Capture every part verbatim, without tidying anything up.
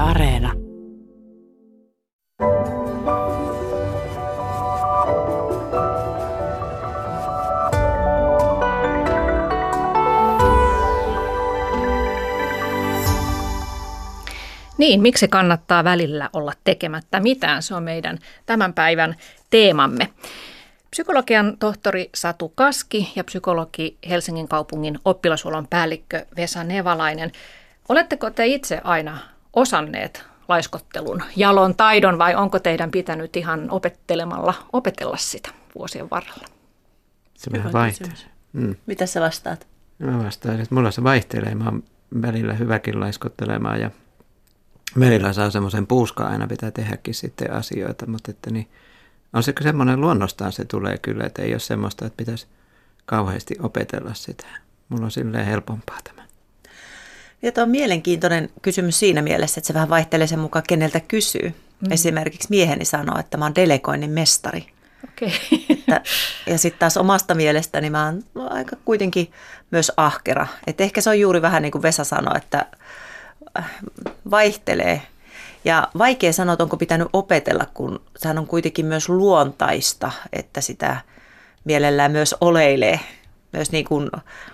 Areena. Niin, miksi kannattaa välillä olla tekemättä mitään? Se on meidän tämän päivän teemamme. Psykologian tohtori Satu Kaski ja psykologi Helsingin kaupungin oppilashuollon päällikkö Vesa Nevalainen. Oletteko te itse aina osanneet laiskottelun jalon taidon vai onko teidän pitänyt ihan opettelemalla opetella sitä vuosien varrella? Se vähän vaihtelee. Mm. Mitä sä vastaat? Mä vastaan, että mulla se vaihtelee. Mä oon välillä hyväkin laiskottelemaan ja välillä saa semmoisen puuskaan, aina pitää tehdäkin sitten asioita, mutta että niin, on se semmoinen luonnostaan se tulee kyllä, että ei ole semmoista, että pitäisi kauheasti opetella sitä. Mulla on silleen helpompaa tämä. Ja tämä on mielenkiintoinen kysymys siinä mielessä, että se vähän vaihtelee sen mukaan, keneltä kysyy. Mm. Esimerkiksi mieheni sanoo, että mä oon delegoinnin mestari. Okay. Että, ja sitten taas omasta mielestäni mä oon aika kuitenkin myös ahkera. Että ehkä se on juuri vähän niin kuin Vesa sanoi, että vaihtelee. Ja vaikea sanoa, että onko pitänyt opetella, kun sehän on kuitenkin myös luontaista, että sitä mielellään myös oleilee myös niin kuin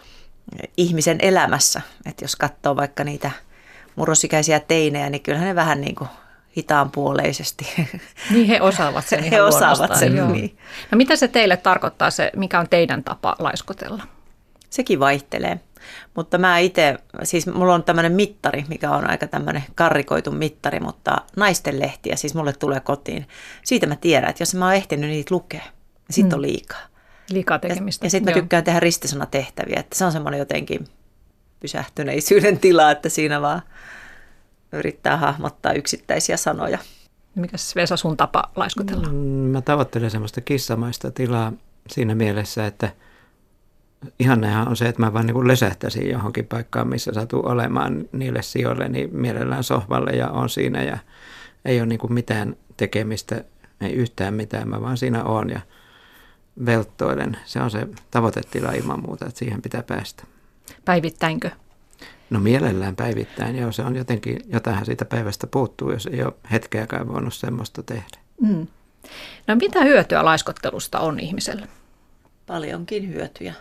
ihmisen elämässä. Että jos katsoo vaikka niitä murrosikäisiä teinejä, niin kyllähän ne vähän niin kuin hitaanpuoleisesti. Niin he osaavat sen ihan He osaavat sen, niin. No mitä se teille tarkoittaa, se, mikä on teidän tapa laiskotella? Sekin vaihtelee. Mutta mä itse, siis mulla on tämmöinen mittari, mikä on aika tämmöinen karrikoitu mittari, mutta naisten lehtiä, siis mulle tulee kotiin. Siitä mä tiedän, että jos mä oon ehtinyt niitä lukea, niin sit on liikaa. Liikaa tekemistä. Ja, ja sitten mä tykkään tehdä ristisanatehtäviä, että se on semmoinen jotenkin pysähtyneisyyden tila, että siinä vaan yrittää hahmottaa yksittäisiä sanoja. Mikäs Vesa sun tapa laiskotella? Mä tavoittelen semmoista kissamaista tilaa siinä mielessä, että ihannehan on se, että mä vaan niin kuin lesähtäisin johonkin paikkaan, missä satuu olemaan niille sijoille, niin mielellään sohvalle ja on siinä ja ei ole niin kuin mitään tekemistä, ei yhtään mitään, mä vaan siinä oon ja velttoilen. Se on se tavoitetila ilman muuta, että siihen pitää päästä. Päivittäinkö? No mielellään päivittäin, joo, se on jotenkin, jotainhan siitä päivästä puuttuu, jos ei ole hetkeäkään voinut semmoista tehdä. Mm. No mitä hyötyä laiskottelusta on ihmiselle? Paljonkin hyötyjä.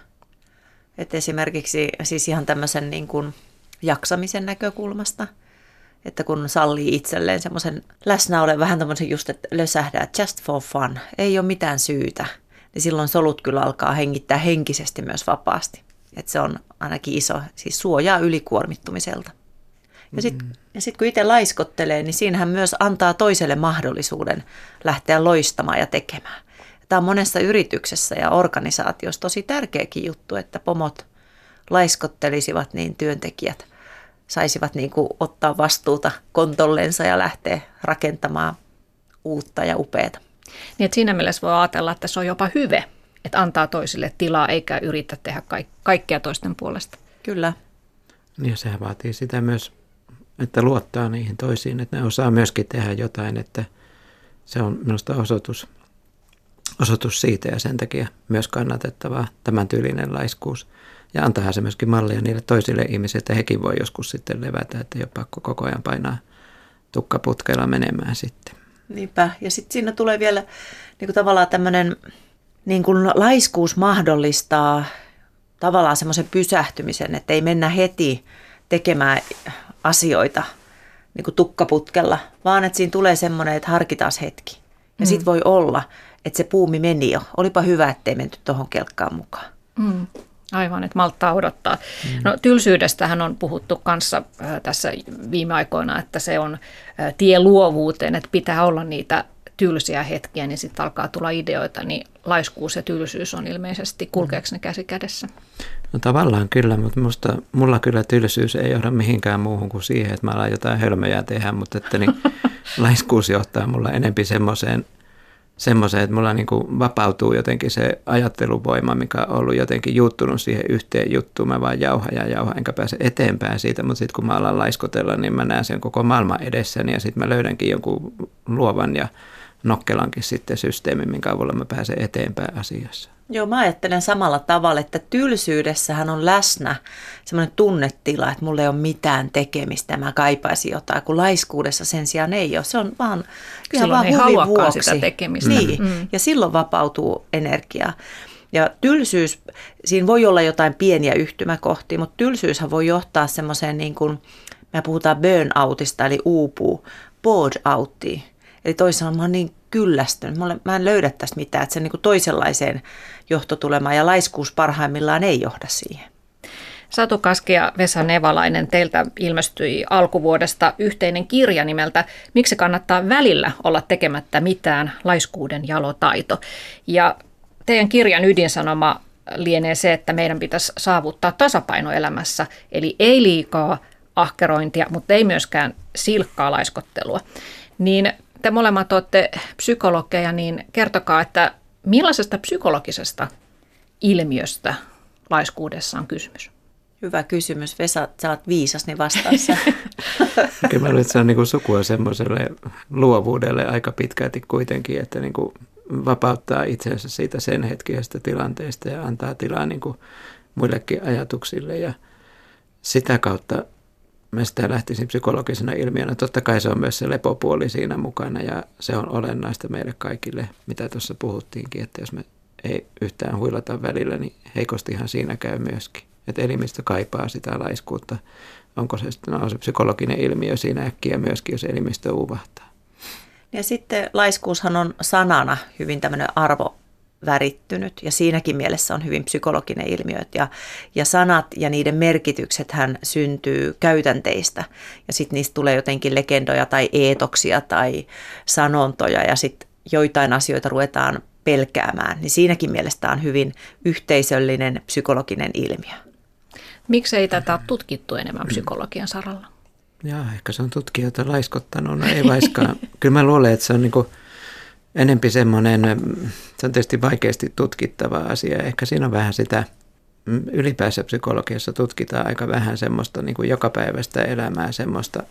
Et esimerkiksi siis ihan tämmöisen niin kuin jaksamisen näkökulmasta, että kun sallii itselleen semmoisen läsnäolen vähän tämmöisen just, että lösähdää just for fun, ei ole mitään syytä, niin silloin solut kyllä alkaa hengittää henkisesti myös vapaasti. Että se on ainakin iso, siis suojaa ylikuormittumiselta. Ja sitten mm. sit kun itse laiskottelee, niin siinähän myös antaa toiselle mahdollisuuden lähteä loistamaan ja tekemään. Tämä on monessa yrityksessä ja organisaatiossa tosi tärkeäkin juttu, että pomot laiskottelisivat, niin työntekijät saisivat niin kuin ottaa vastuuta kontollensa ja lähteä rakentamaan uutta ja upeata. Niin että siinä mielessä voi ajatella, että se on jopa hyve, että antaa toisille tilaa eikä yritä tehdä kaikkea toisten puolesta. Kyllä. Ja sehän vaatii sitä myös, että luottaa niihin toisiin, että ne osaa myöskin tehdä jotain, että se on minusta osoitus. Osoitus siitä ja sen takia myös kannatettavaa tämän tyylinen laiskuus. Ja antaa se myöskin mallia niille toisille ihmisille, että hekin voi joskus sitten levätä, että ei ole pakko koko ajan painaa tukkaputkeilla menemään sitten. Niinpä. Ja sitten siinä tulee vielä niin kuin tavallaan tämmöinen, niin kuin laiskuus mahdollistaa tavallaan semmoisen pysähtymisen, että ei mennä heti tekemään asioita niin kuin tukkaputkella, vaan että siinä tulee semmoinen, että harkitaan hetki. Ja sitten voi olla, että se puumi meni jo. Olipa hyvä, ettei menty tuohon kelkkaan mukaan. Mm, aivan, että malttaa odottaa. Mm. No tylsyydestähän on puhuttu kanssa äh, tässä viime aikoina, että se on äh, tie luovuuteen, että pitää olla niitä tylsiä hetkiä, niin sitten alkaa tulla ideoita, niin laiskuus ja tylsyys on ilmeisesti, kulkeeko ne käsi kädessä? No tavallaan kyllä, mutta musta, mulla kyllä tylsyys ei johda mihinkään muuhun kuin siihen, että mä alan jotain hölmöjä tehdä, mutta että niin, laiskuus johtaa mulla enempi semmoiseen, semmoiseen, että mulla niin kuin vapautuu jotenkin se ajatteluvoima, mikä on ollut jotenkin juuttunut siihen yhteen juttuun. Mä vaan jauhan ja jauhan, enkä pääse eteenpäin siitä, mutta sitten kun mä alan laiskotella, niin mä näen sen koko maailman edessäni ja sitten mä löydänkin jonkun luovan ja nokkelankin sitten systeemi, minkä avulla mä pääsen eteenpäin asiassa. Joo, mä ajattelen samalla tavalla, että tylsyydessähän on läsnä semmoinen tunnetila, että mulla ei ole mitään tekemistä ja mä kaipaisin jotain, kun laiskuudessa sen sijaan ei ole. Se on vaan ihan vaan huvin vuoksi. Sitä tekemistä. Niin, mm. ja silloin vapautuu energiaa. Ja tylsyys, siinä voi olla jotain pieniä yhtymäkohtia, mutta tylsyyshän voi johtaa semmoiseen niin kuin, me puhutaan burnoutista, eli uupuu, bored-outtiin. Eli toisaalta mä oon niin kyllästynyt, mä en löydä tästä mitään, että se niin kuin toisenlaiseen johtotulemaan ja laiskuus parhaimmillaan ei johda siihen. Satu Kaski ja Vesa Nevalainen, teiltä ilmestyi alkuvuodesta yhteinen kirja nimeltä Miksi kannattaa välillä olla tekemättä mitään, laiskuuden jalotaito. Ja teidän kirjan ydinsanoma lienee se, että meidän pitäisi saavuttaa tasapaino elämässä, eli ei liikaa ahkerointia, mutta ei myöskään silkkaa laiskottelua. Niin te molemmat olette psykologeja, niin kertokaa, että millaisesta psykologisesta ilmiöstä laiskuudessa on kysymys? Hyvä kysymys. Vesa, sä oot viisas, niin vastaa sä. Kyllä mä luulen, että se on niin kuin sukua semmoiselle luovuudelle aika pitkälti kuitenkin, että niin kuin vapauttaa itsensä siitä sen hetkisestä tilanteesta ja antaa tilaa niin kuin muillekin ajatuksille. Ja sitä kautta mä sitä lähtisin psykologisena ilmiönä. Totta kai se on myös se lepopuoli siinä mukana ja se on olennaista meille kaikille, mitä tuossa puhuttiinkin, että jos me ei yhtään huilata välillä, niin heikostihan siinä käy myöskin. Että elimistö kaipaa sitä laiskuutta. Onko se, no, se psykologinen ilmiö siinä äkkiä myöskin, jos elimistö uuvahtaa. Ja sitten laiskuushan on sanana hyvin tämmöinen arvovärittynyt ja siinäkin mielessä on hyvin psykologinen ilmiö. Ja, ja sanat ja niiden merkityksethän syntyy käytänteistä ja sitten niistä tulee jotenkin legendoja tai eetoksia tai sanontoja ja sitten joitain asioita ruvetaan pelkäämään. Niin siinäkin mielessä tämä on hyvin yhteisöllinen psykologinen ilmiö. Miksi ei tätä ole tutkittu enemmän psykologian saralla? Joo, ehkä se on tutkijoita laiskottanut, no ei laiskaan. Kyllä mä luulen, että se on niin kuin enempi semmoinen, se on tietysti vaikeasti tutkittava asia. Ehkä siinä on vähän sitä, ylipäänsä psykologiassa tutkitaan aika vähän semmoista niin kuin jokapäiväistä elämää, semmoista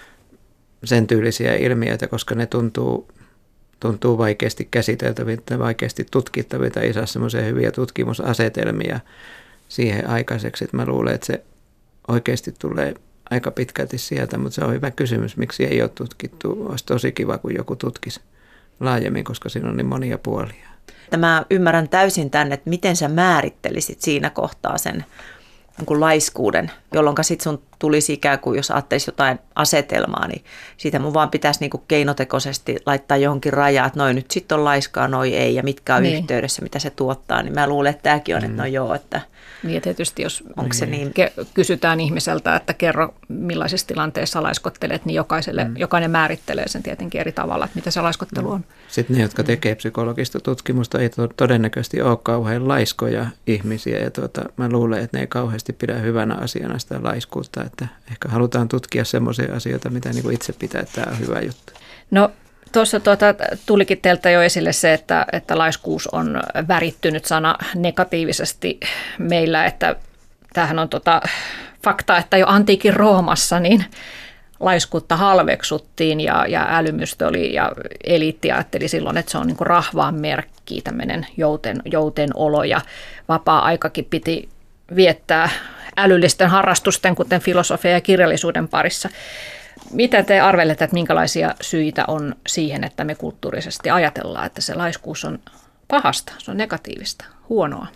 sen tyylisiä ilmiöitä, koska ne tuntuu, tuntuu vaikeasti käsiteltäviltä, vaikeasti tutkittavilta, ei saa semmoisia hyviä tutkimusasetelmia siihen aikaiseksi, että mä luulen, että se oikeasti tulee aika pitkälti sieltä, mutta se on hyvä kysymys, miksi ei ole tutkittu. Olisi tosi kiva, kun joku tutkisi laajemmin, koska siinä on niin monia puolia. Mä ymmärrän täysin tämän, että miten sä määrittelisit siinä kohtaa sen niin kuin laiskuuden, jolloin sitten sun tulisi ikään kuin, jos ajattelisi jotain asetelmaa, niin siitä mun vaan pitäisi niin kuin keinotekoisesti laittaa johonkin rajaan, että noi nyt sitten on laiskaa, noi ei, ja mitkä on niin yhteydessä, mitä se tuottaa. Niin mä luulen, että tämäkin on, että no joo, että niin tietysti jos onko se niin? Kysytään ihmiseltä, että kerro millaisissa tilanteissa laiskottelet, niin jokaiselle, mm. jokainen määrittelee sen tietenkin eri tavalla, että mitä se laiskottelu on. Sitten ne, jotka tekee psykologista tutkimusta, ei todennäköisesti ole kauhean laiskoja ihmisiä. Ja tuota, mä luulen, että ne ei kauheasti pidä hyvänä asiana sitä laiskuutta, että ehkä halutaan tutkia semmoisia asioita, mitä niin kuin itse pitää, että tämä on hyvä juttu. No tuossa tuota, tulikin teiltä jo esille se, että, että laiskuus on värittynyt sana negatiivisesti meillä, että tämähän on tota, fakta, että jo antiikin Roomassa niin laiskuutta halveksuttiin ja, ja älymystö oli ja eliitti ajatteli silloin, että se on niin kuin rahvaan merkki, tämmöinen jouten, jouten olo ja vapaa-aikakin piti viettää älyllisten harrastusten, kuten filosofia ja kirjallisuuden parissa. Mitä te arvelette, että minkälaisia syitä on siihen, että me kulttuurisesti ajatellaan, että se laiskuus on pahasta, se on negatiivista, huonoa?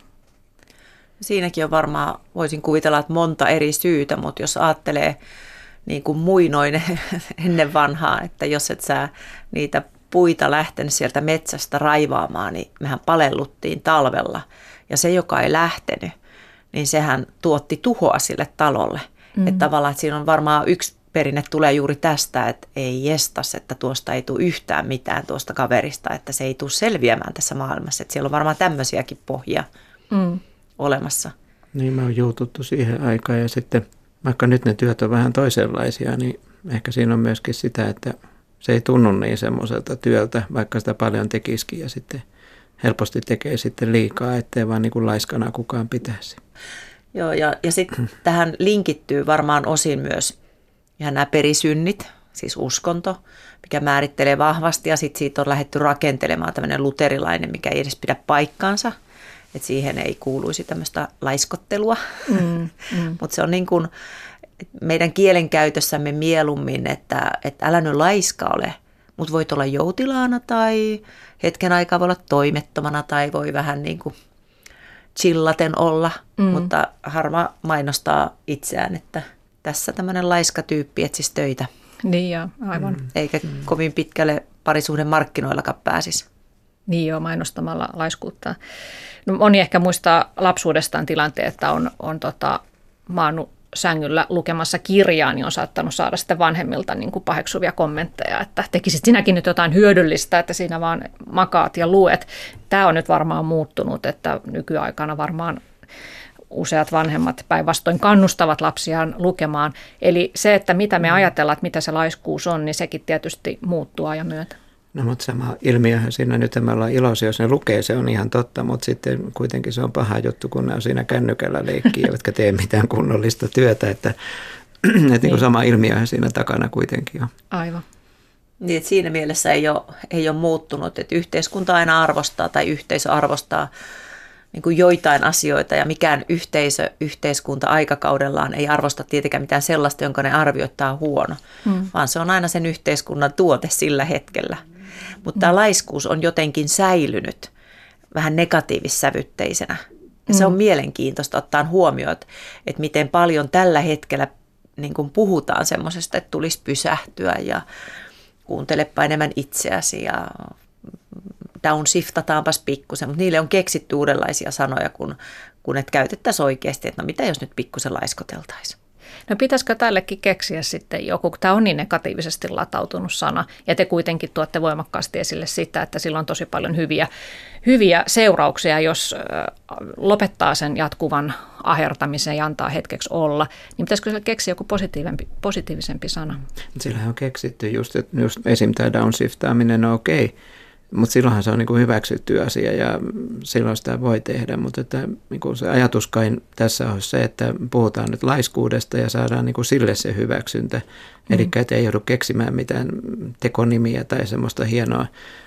Siinäkin on varmaan, voisin kuvitella, että monta eri syytä, mutta jos ajattelee niin kuin muinoin ennen vanhaa, että jos et sä niitä puita lähtenyt sieltä metsästä raivaamaan, niin mehän palelluttiin talvella. Ja se, joka ei lähtenyt, niin sehän tuotti tuhoa sille talolle. Mm. Että tavallaan että siinä on varmaan yksi perinne tulee juuri tästä, että ei jestas, että tuosta ei tule yhtään mitään tuosta kaverista, että se ei tule selviämään tässä maailmassa. Että siellä on varmaan tämmöisiäkin pohjia mm. olemassa. Niin, me on juututtu siihen aikaan ja sitten vaikka nyt ne työt on vähän toisenlaisia, niin ehkä siinä on myöskin sitä, että se ei tunnu niin semmoiselta työltä, vaikka sitä paljon tekisikin ja sitten helposti tekee sitten liikaa, ettei vaan niin kuin laiskana kukaan pitäisi. Joo, ja, ja sitten tähän linkittyy varmaan osin myös ihan nämä perisynnit, siis uskonto, mikä määrittelee vahvasti ja sitten siitä on lähdetty rakentelemaan tämmöinen luterilainen, mikä ei edes pidä paikkaansa. Että siihen ei kuuluisi tämmöistä laiskottelua, mm, mm. mutta se on niin kuin meidän kielenkäytössämme mieluummin, että, että älä nyt laiska ole, mutta voit olla joutilaana tai hetken aikaa voi olla toimettomana tai voi vähän niin kuin chillaten olla, mm. mutta harva mainostaa itseään, että tässä tämmöinen laiskatyyppi etsisi töitä. Niin joo, aivan. Mm. Eikä mm. kovin pitkälle parisuhden markkinoillakaan pääsisi. Niin joo, mainostamalla laiskuuttaa. No, moni ehkä muistaa lapsuudestaan tilanteen, että on, on tota, maannut sängyllä lukemassa kirjaa, niin on saattanut saada sitten vanhemmilta niin kuin paheksuvia kommentteja, että tekisit sinäkin nyt jotain hyödyllistä, että siinä vaan makaat ja luet. Tämä on nyt varmaan muuttunut, että nykyaikana varmaan useat vanhemmat päinvastoin kannustavat lapsiaan lukemaan. Eli se, että mitä me ajatellaan, että mitä se laiskuus on, niin sekin tietysti muuttuu ajan myötä. No mutta sama ilmiöhän siinä, nyt me ollaan iloisia, jos ne lukee, se on ihan totta, mutta sitten kuitenkin se on paha juttu, kun ne on siinä kännykällä leikkiä, eivätkä tee mitään kunnollista työtä, että, että niin. Niin kuin sama ilmiöhän siinä takana kuitenkin on. Aivan. Niin, että siinä mielessä ei ole, ei ole muuttunut, että yhteiskunta aina arvostaa tai yhteisö arvostaa niin kuin joitain asioita ja mikään yhteisö, yhteiskunta aikakaudellaan ei arvosta tietenkään mitään sellaista, jonka ne arvioittaa huono, mm. vaan se on aina sen yhteiskunnan tuote sillä hetkellä. Mutta mm. tämä laiskuus on jotenkin säilynyt vähän negatiivissävytteisenä. Ja se on mm. mielenkiintoista ottaa huomioon, että, että miten paljon tällä hetkellä niin kuin puhutaan semmoisesta, että tulisi pysähtyä ja kuuntelepa enemmän itseäsi ja downshiftataanpas pikkusen, mutta niille on keksitty uudenlaisia sanoja, kun, kun et käytettäisiin oikeasti, että no mitä jos nyt pikkusen laiskoteltaisiin. No pitäisikö tällekin keksiä sitten joku, kun tämä on niin negatiivisesti latautunut sana, ja te kuitenkin tuotte voimakkaasti esille sitä, että sillä on tosi paljon hyviä, hyviä seurauksia, jos lopettaa sen jatkuvan ahertamisen ja antaa hetkeksi olla, niin pitäisikö sillä keksiä joku positiivisempi, positiivisempi sana? Sillähän on keksitty just, että just esim. Tämä downshiftaaminen on okei, okay. Mutta silloinhan se on niinku hyväksytty asia ja silloin sitä voi tehdä, mutta että niinku se ajatus kai tässä on se, että puhutaan nyt laiskuudesta ja saadaan niinku sille se hyväksyntä. Mm. Eli että ei joudu keksimään mitään tekonimiä tai semmoista hienoa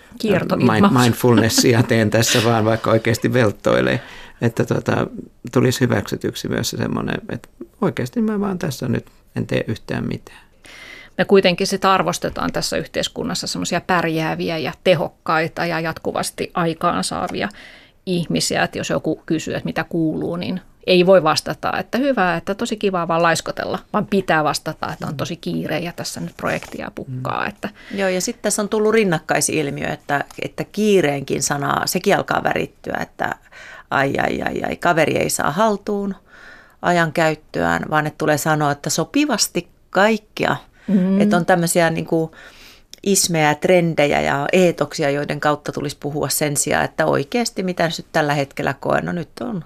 mind- mindfulnessia teen tässä vaan, vaikka oikeasti velttoilee. Että tota, tulisi hyväksytyksi myös se semmoinen, että oikeasti mä vaan tässä nyt en tee yhtään mitään. Me kuitenkin sitä arvostetaan tässä yhteiskunnassa semmoisia pärjääviä ja tehokkaita ja jatkuvasti aikaansaavia ihmisiä, että jos joku kysyy, että mitä kuuluu, niin ei voi vastata, että hyvä, että tosi kiva vaan laiskotella, vaan pitää vastata, että on tosi kiire ja tässä nyt projektia pukkaa. Että. Joo, ja sitten tässä on tullut rinnakkaisilmiö, että, että kiireenkin sanaa, sekin alkaa värittyä, että ai, ai, ai, ai, kaveri ei saa haltuun ajan käyttöään, vaan että tulee sanoa, että sopivasti kaikkia. Mm. Että on tämmöisiä niin kuin ismejä, trendejä ja eetoksia, joiden kautta tulisi puhua sen sijaan, että oikeasti mitä nyt tällä hetkellä koen, no nyt on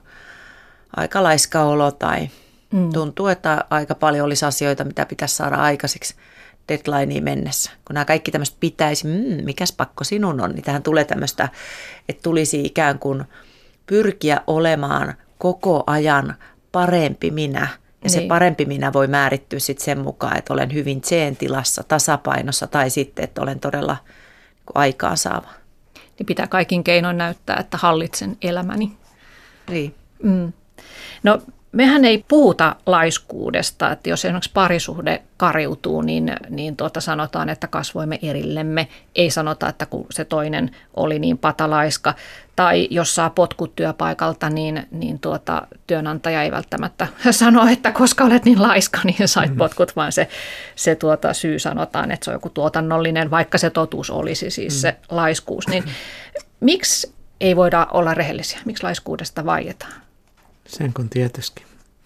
aika laiska olo tai mm. tuntuu, että aika paljon olisi asioita, mitä pitäisi saada aikaiseksi deadlineen mennessä. Kun nämä kaikki tämmöistä pitäisi, mmm, mikäs pakko sinun on, niin tähän tulee tämmöistä, että tulisi ikään kuin pyrkiä olemaan koko ajan parempi minä. Ja se niin. parempi minä voi määrittyä sitten sen mukaan, että olen hyvin zen-tilassa, tasapainossa tai sitten, että olen todella aikaansaava. Niin pitää kaikin keinoin näyttää, että hallitsen elämäni. Niin. Mm. No mehän ei puhuta laiskuudesta, että jos esimerkiksi parisuhde kariutuu, niin, niin tuota sanotaan, että kasvoimme erillemme. Ei sanota, että kun se toinen oli niin patalaiska. Tai jos saa potkut työpaikalta, niin, niin tuota, työnantaja ei välttämättä sano, että koska olet niin laiska, niin sait potkut, vaan se, se tuota, syy sanotaan, että se on joku tuotannollinen, vaikka se totuus olisi siis se laiskuus. Niin miksi ei voida olla rehellisiä? Miksi laiskuudesta vaietaan? Sen kun tietysti.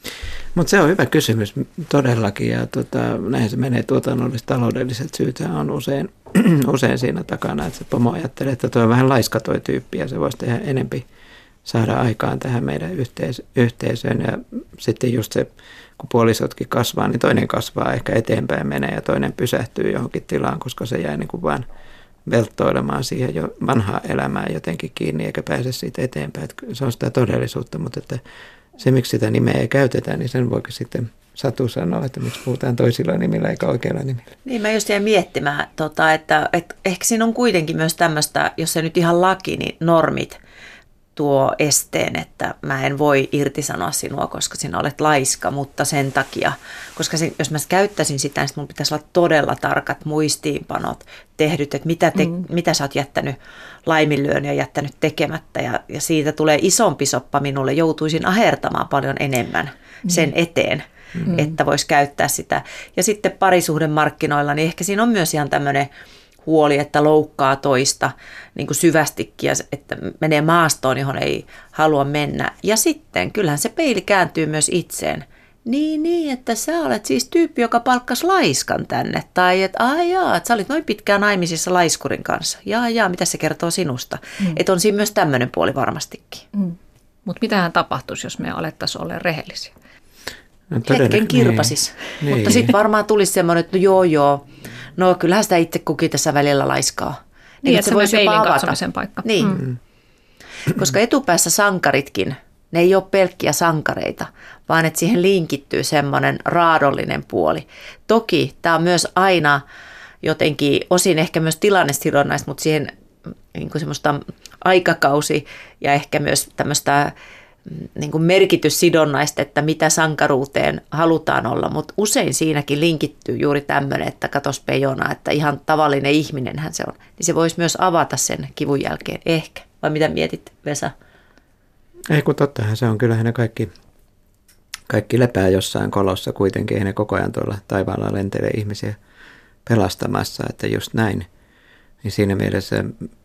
Mutta se on hyvä kysymys todellakin ja tota, näin se menee, tuotannolliset taloudelliset syyt on usein, usein siinä takana, että se pomo ajattelee, että tuo on vähän laiska toi tyyppi ja se voisi tehdä enempi saada aikaan tähän meidän yhteis- yhteisöön ja sitten just se, kun puolisotkin kasvaa, niin toinen kasvaa ehkä eteenpäin menee ja toinen pysähtyy johonkin tilaan, koska se jää niin kuin vaan velttoilemaan siihen jo vanhaan elämään jotenkin kiinni eikä pääse siitä eteenpäin. Että se on sitä todellisuutta, mutta että se, miksi sitä nimeä ei käytetä, niin sen voikin sitten Satu sanoo, että miksi puhutaan toisilla nimillä eikä oikeilla nimillä. Niin mä just jäin miettimään, tota, että, että ehkä siinä on kuitenkin myös tämmöistä, jos se nyt ihan laki, niin normit tuo esteen, että mä en voi irtisanoa sinua, koska sinä olet laiska, mutta sen takia, koska se, jos mä käyttäisin sitä, niin mun pitäisi olla todella tarkat muistiinpanot tehdyt, että mitä, te, mm. mitä sä oot jättänyt laiminlyön ja jättänyt tekemättä, ja, ja siitä tulee isompi soppa minulle, joutuisin ahertamaan paljon enemmän mm. sen eteen, mm. että vois käyttää sitä. Ja sitten parisuhdemarkkinoilla, niin ehkä siinä on myös ihan tämmöinen huoli, että loukkaa toista niin kuin syvästikin ja että menee maastoon, johon ei halua mennä. Ja sitten kyllähän se peili kääntyy myös itseen. Niin, niin, että sä olet siis tyyppi, joka palkkasi laiskan tänne. Tai että ai jaa, että sä olit noin pitkään naimisissa laiskurin kanssa. Jaa, jaa, mitä se kertoo sinusta? Mm. Että on siinä myös tämmöinen puoli varmastikin. Mm. Mutta mitähän tapahtuisi, jos me alettaisiin olla rehellisiä? No, hetken kirpasis. Niin. Mutta sitten varmaan tulisi semmoinen, että no joo joo, no kyllähän sitä itse kukin tässä välillä laiskaa. Niin, niin että se voisi jopa avata sen paikka. Niin, Mm. koska etupäässä sankaritkin, ne ei ole pelkkiä sankareita, vaan että siihen linkittyy semmoinen raadollinen puoli. Toki tämä on myös aina jotenkin osin ehkä myös tilannesidonnaista, mutta siihen niin kuin semmoista aikakausi ja ehkä myös tämmöistä niin kuin merkityssidonnaista, että mitä sankaruuteen halutaan olla, mutta usein siinäkin linkittyy juuri tämmöinen, että katos Peijona, että ihan tavallinen ihminenhän se on. Niin se voisi myös avata sen kivun jälkeen, ehkä. Vai mitä mietit, Vesa? Ei kun tottahan se on, kyllähän ne kaikki, kaikki lepää jossain kolossa kuitenkin, ei ne koko ajan tuolla taivaalla lentele ihmisiä pelastamassa, että just näin. Niin siinä mielessä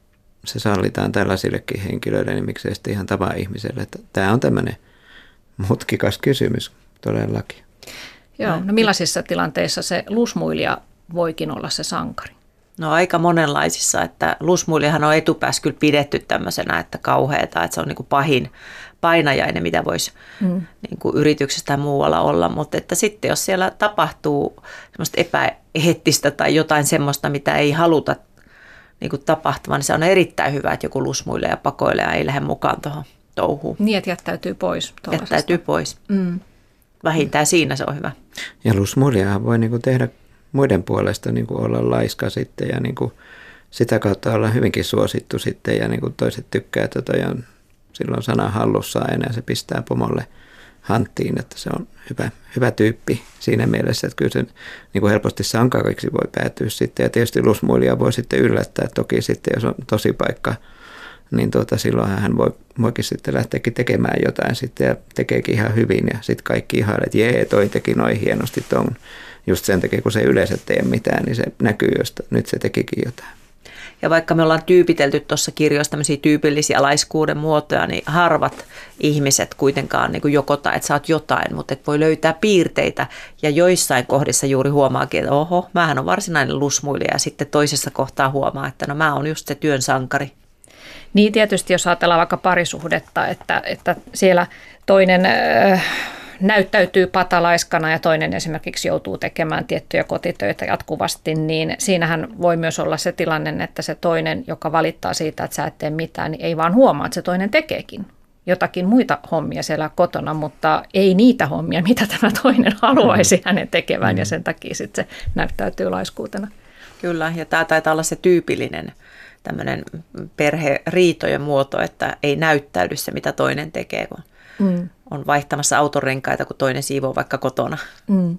se sallitaan tällaisillekin henkilöille, niin miksei sitten ihan tavaa ihmiselle. Että tämä on tämmöinen mutkikas kysymys todellakin. Joo, no millaisissa tilanteissa se lusmuilija voikin olla se sankari? No aika monenlaisissa, että lusmuilijahan on etupäässä kyllä pidetty tämmöisenä, että kauheata, että se on niin kuin pahin painajainen, mitä voisi mm. niin kuin yrityksestä ja muualla olla. Mutta että sitten jos siellä tapahtuu semmoista epäeettistä tai jotain semmoista, mitä ei haluta niin kuin tapahtuvan, niin se on erittäin hyvä, että joku lusmuilee ja pakoilee ja ei lähde mukaan tuohon touhuun. Niin, että jättäytyy pois. Jättäytyy pois. Mm. Vähintään siinä se on hyvä. Ja lusmuilijahan voi niin kuin tehdä muiden puolesta niin kuin olla laiska sitten ja niin kuin sitä kautta olla hyvinkin suosittu sitten ja niin kuin toiset tykkää tota ja silloin sana hallussaan enää se pistää pomolle hanttiin, että se on hyvä, hyvä tyyppi siinä mielessä, että kyllä se niin kuin helposti sankariksi voi päätyä sitten ja tietysti lusmuilija voi sitten yllättää toki sitten, jos on tosi paikka, niin tuota, silloin hän voi, voikin sitten lähteäkin tekemään jotain sitten ja tekeekin ihan hyvin ja sitten kaikki ihailee, että jee, toi teki noin hienosti ton. Just sen takia, kun se yleensä tee mitään, niin se näkyy, josta nyt se tekikin jotain. Ja vaikka me ollaan tyypitelty tuossa kirjoissa tämmöisiä tyypillisiä laiskuuden muotoja, niin harvat ihmiset kuitenkaan niin kuin joko tai, että sä oot jotain, mutta et voi löytää piirteitä. Ja joissain kohdissa juuri huomaakin, että oho, mähän on varsinainen lusmuilija. Ja sitten toisessa kohtaa huomaa, että no mä oon just se työn sankari. Niin tietysti, jos ajatellaan vaikka parisuhdetta, että, että siellä toinen Äh, näyttäytyy patalaiskana ja toinen esimerkiksi joutuu tekemään tiettyjä kotitöitä jatkuvasti, niin siinähän voi myös olla se tilanne, että se toinen, joka valittaa siitä, että sä et tee mitään, niin ei vaan huomaa, että se toinen tekeekin jotakin muita hommia siellä kotona, mutta ei niitä hommia, mitä tämä toinen haluaisi hänen tekevän, ja sen takia sitten se näyttäytyy laiskuutena. Kyllä, ja tämä taitaa olla se tyypillinen tämmöinen perheriitojen muoto, että ei näyttäydy se, mitä toinen tekee, kun Mm. on vaihtamassa autorenkaita, kun toinen siivoo vaikka kotona. Mm.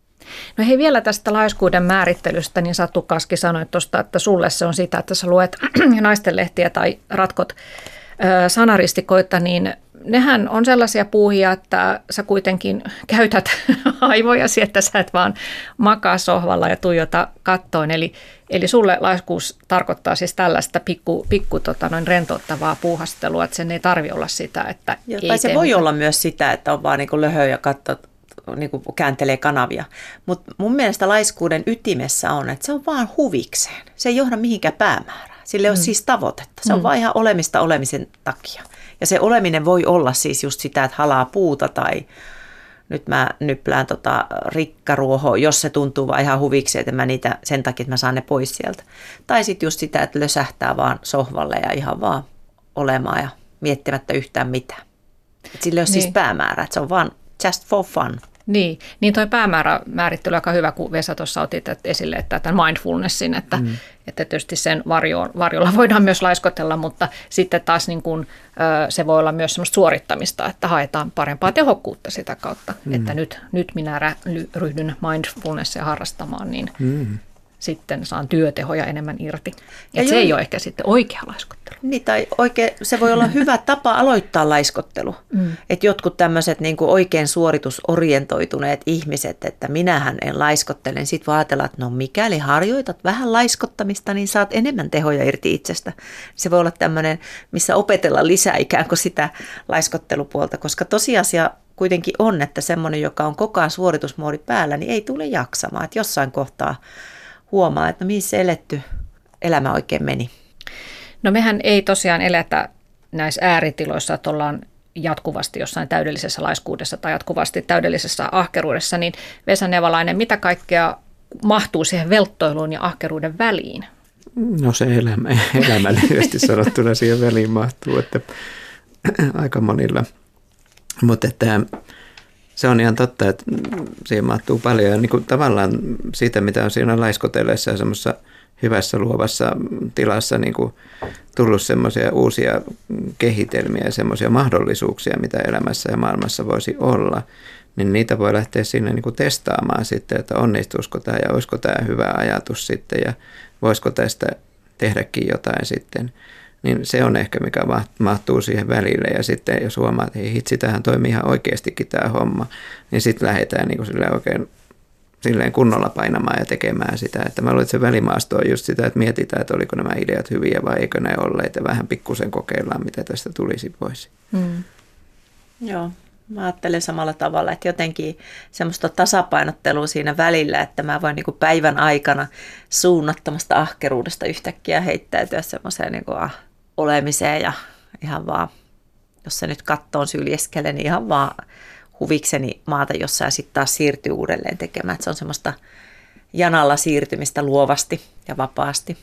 No hei, vielä tästä laiskuuden määrittelystä, niin Satu Kaski sanoi tuosta, että sulle se on sitä, että sä luet naistenlehtiä tai ratkot ö, sanaristikoita, niin nehän on sellaisia puuhia, että sä kuitenkin käytät aivojasi, että sä et vaan makaa sohvalla ja tuijota kattoon. Eli, eli sulle laiskuus tarkoittaa siis tällaista pikku, pikku tota, noin rentouttavaa puuhastelua, että sen ei tarvitse olla sitä, että ja, ei tai se tee voi mitään. olla myös sitä, että on vaan niin kuin löhö ja katto, niin kuin kääntelee kanavia. Mutta mun mielestä laiskuuden ytimessä on, että se on vaan huvikseen. Se ei johda mihinkään päämäärään. Sillä ei mm. ole siis tavoitetta. Se on mm. vaan ihan olemista olemisen takia. Ja se oleminen voi olla siis just sitä, että halaa puuta tai nyt mä nyplään tota rikkaruohoa, jos se tuntuu vaan ihan huviksi, että mä niitä sen takia, että mä saan ne pois sieltä. Tai sitten just sitä, että lösähtää vaan sohvalle ja ihan vaan olemaan ja miettimättä yhtään mitään. Et sillä ei ole niin. siis päämäärä, että se on vaan just for fun. Niin, niin toi päämäärämäärittely on aika hyvä, kun Vesa tuossa otit esille, että tämän mindfulnessin, että, mm. että tietysti sen varjo, varjolla voidaan myös laiskotella, mutta sitten taas niin kuin, se voi olla myös semmoista suorittamista, että haetaan parempaa tehokkuutta sitä kautta, mm. että nyt, nyt minä ryhdyn mindfulnessia harrastamaan, niin mm. sitten saan työtehoja enemmän irti. Että se ei ole ehkä sitten oikea laiskottelu. Niin, tai oikein, se voi olla hyvä tapa aloittaa laiskottelu. Mm. Että jotkut tämmöiset niin kuin oikein suoritusorientoituneet ihmiset, että minähän en laiskottele, niin sitten vaan ajatellaan, että no mikäli harjoitat vähän laiskottamista, niin saat enemmän tehoja irti itsestä. Se voi olla tämmöinen, missä opetella lisää ikään kuin sitä laiskottelupuolta, koska tosiasia kuitenkin on, että semmoinen, joka on koko ajan suoritusmoodi päällä, niin ei tule jaksamaan. Että jossain kohtaa huomaa, että no mihin se eletty elämä oikein meni. No mehän ei tosiaan eletä näissä ääritiloissa, että ollaan jatkuvasti jossain täydellisessä laiskuudessa tai jatkuvasti täydellisessä ahkeruudessa, niin Vesa Nevalainen, mitä kaikkea mahtuu siihen velttoiluun ja ahkeruuden väliin? No se elämä, elämä lyhyesti sanottuna siihen väliin mahtuu, että aika monilla, mutta että se on ihan totta, että siihen mahtuu paljon ja niin kuin tavallaan siitä, mitä on siinä laiskotellessa ja semmoisessa hyvässä luovassa tilassa niin kuin tullut semmoisia uusia kehitelmiä ja semmoisia mahdollisuuksia, mitä elämässä ja maailmassa voisi olla, niin niitä voi lähteä sinne niin kuin testaamaan sitten, että onnistuisiko tämä ja olisiko tämä hyvä ajatus sitten ja voisiko tästä tehdäkin jotain sitten. Niin se on ehkä, mikä mahtuu siihen välille ja sitten jos huomaa, että hei hitsi, tämähän toimii ihan oikeastikin tämä homma, niin sitten lähdetään niin kuin silleen oikein silleen kunnolla painamaan ja tekemään sitä. Että mä luulen, että se välimaasto on just sitä, että mietitään, että oliko nämä ideat hyviä vai eikö ne olleet ja vähän pikkusen kokeillaan, mitä tästä tulisi pois. Mm. Joo, mä ajattelen samalla tavalla, että jotenkin semmoista tasapainottelua siinä välillä, että mä voin niin kuin päivän aikana suunnattomasta ahkeruudesta yhtäkkiä heittäytyä semmoiseen niin kuin olemiseen ja ihan vaan, jos se nyt kattoon syljeskele, niin ihan vaan huvikseni maata jossain ja sitten taas siirtyy uudelleen tekemään. Että se on semmoista janalla siirtymistä luovasti ja vapaasti.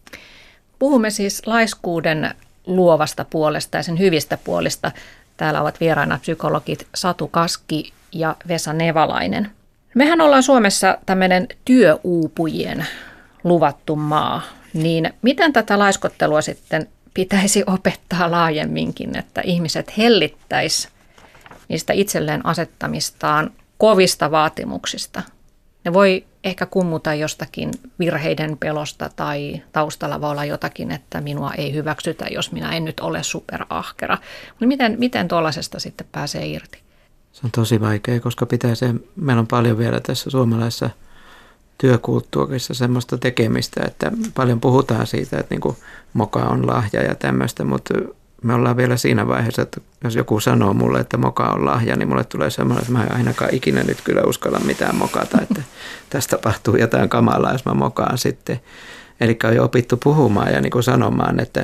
Puhumme siis laiskuuden luovasta puolesta ja sen hyvistä puolista. Täällä ovat vieraina psykologit Satu Kaski ja Vesa Nevalainen. Mehän ollaan Suomessa tämmöinen työuupujien luvattu maa. Niin miten tätä laiskottelua sitten pitäisi opettaa laajemminkin, että ihmiset hellittäisi niistä itselleen asettamistaan kovista vaatimuksista? Ne voi ehkä kummuta jostakin virheiden pelosta tai taustalla voi olla jotakin, että minua ei hyväksytä, jos minä en nyt ole superahkera. Miten, miten tuollaisesta sitten pääsee irti? Se on tosi vaikea, koska pitää se, meillä on paljon vielä tässä suomalaisessa työkulttuurissa semmoista tekemistä, että paljon puhutaan siitä, että niin kuin moka on lahja ja tämmöistä, mutta me ollaan vielä siinä vaiheessa, että jos joku sanoo mulle, että moka on lahja, niin mulle tulee semmoinen, että mä en ainakaan ikinä nyt kyllä uskalla mitään mokata, että tästä tapahtuu jotain kamalaa, jos mä mokaan sitten. Eli on jo opittu puhumaan ja niin kuin sanomaan, että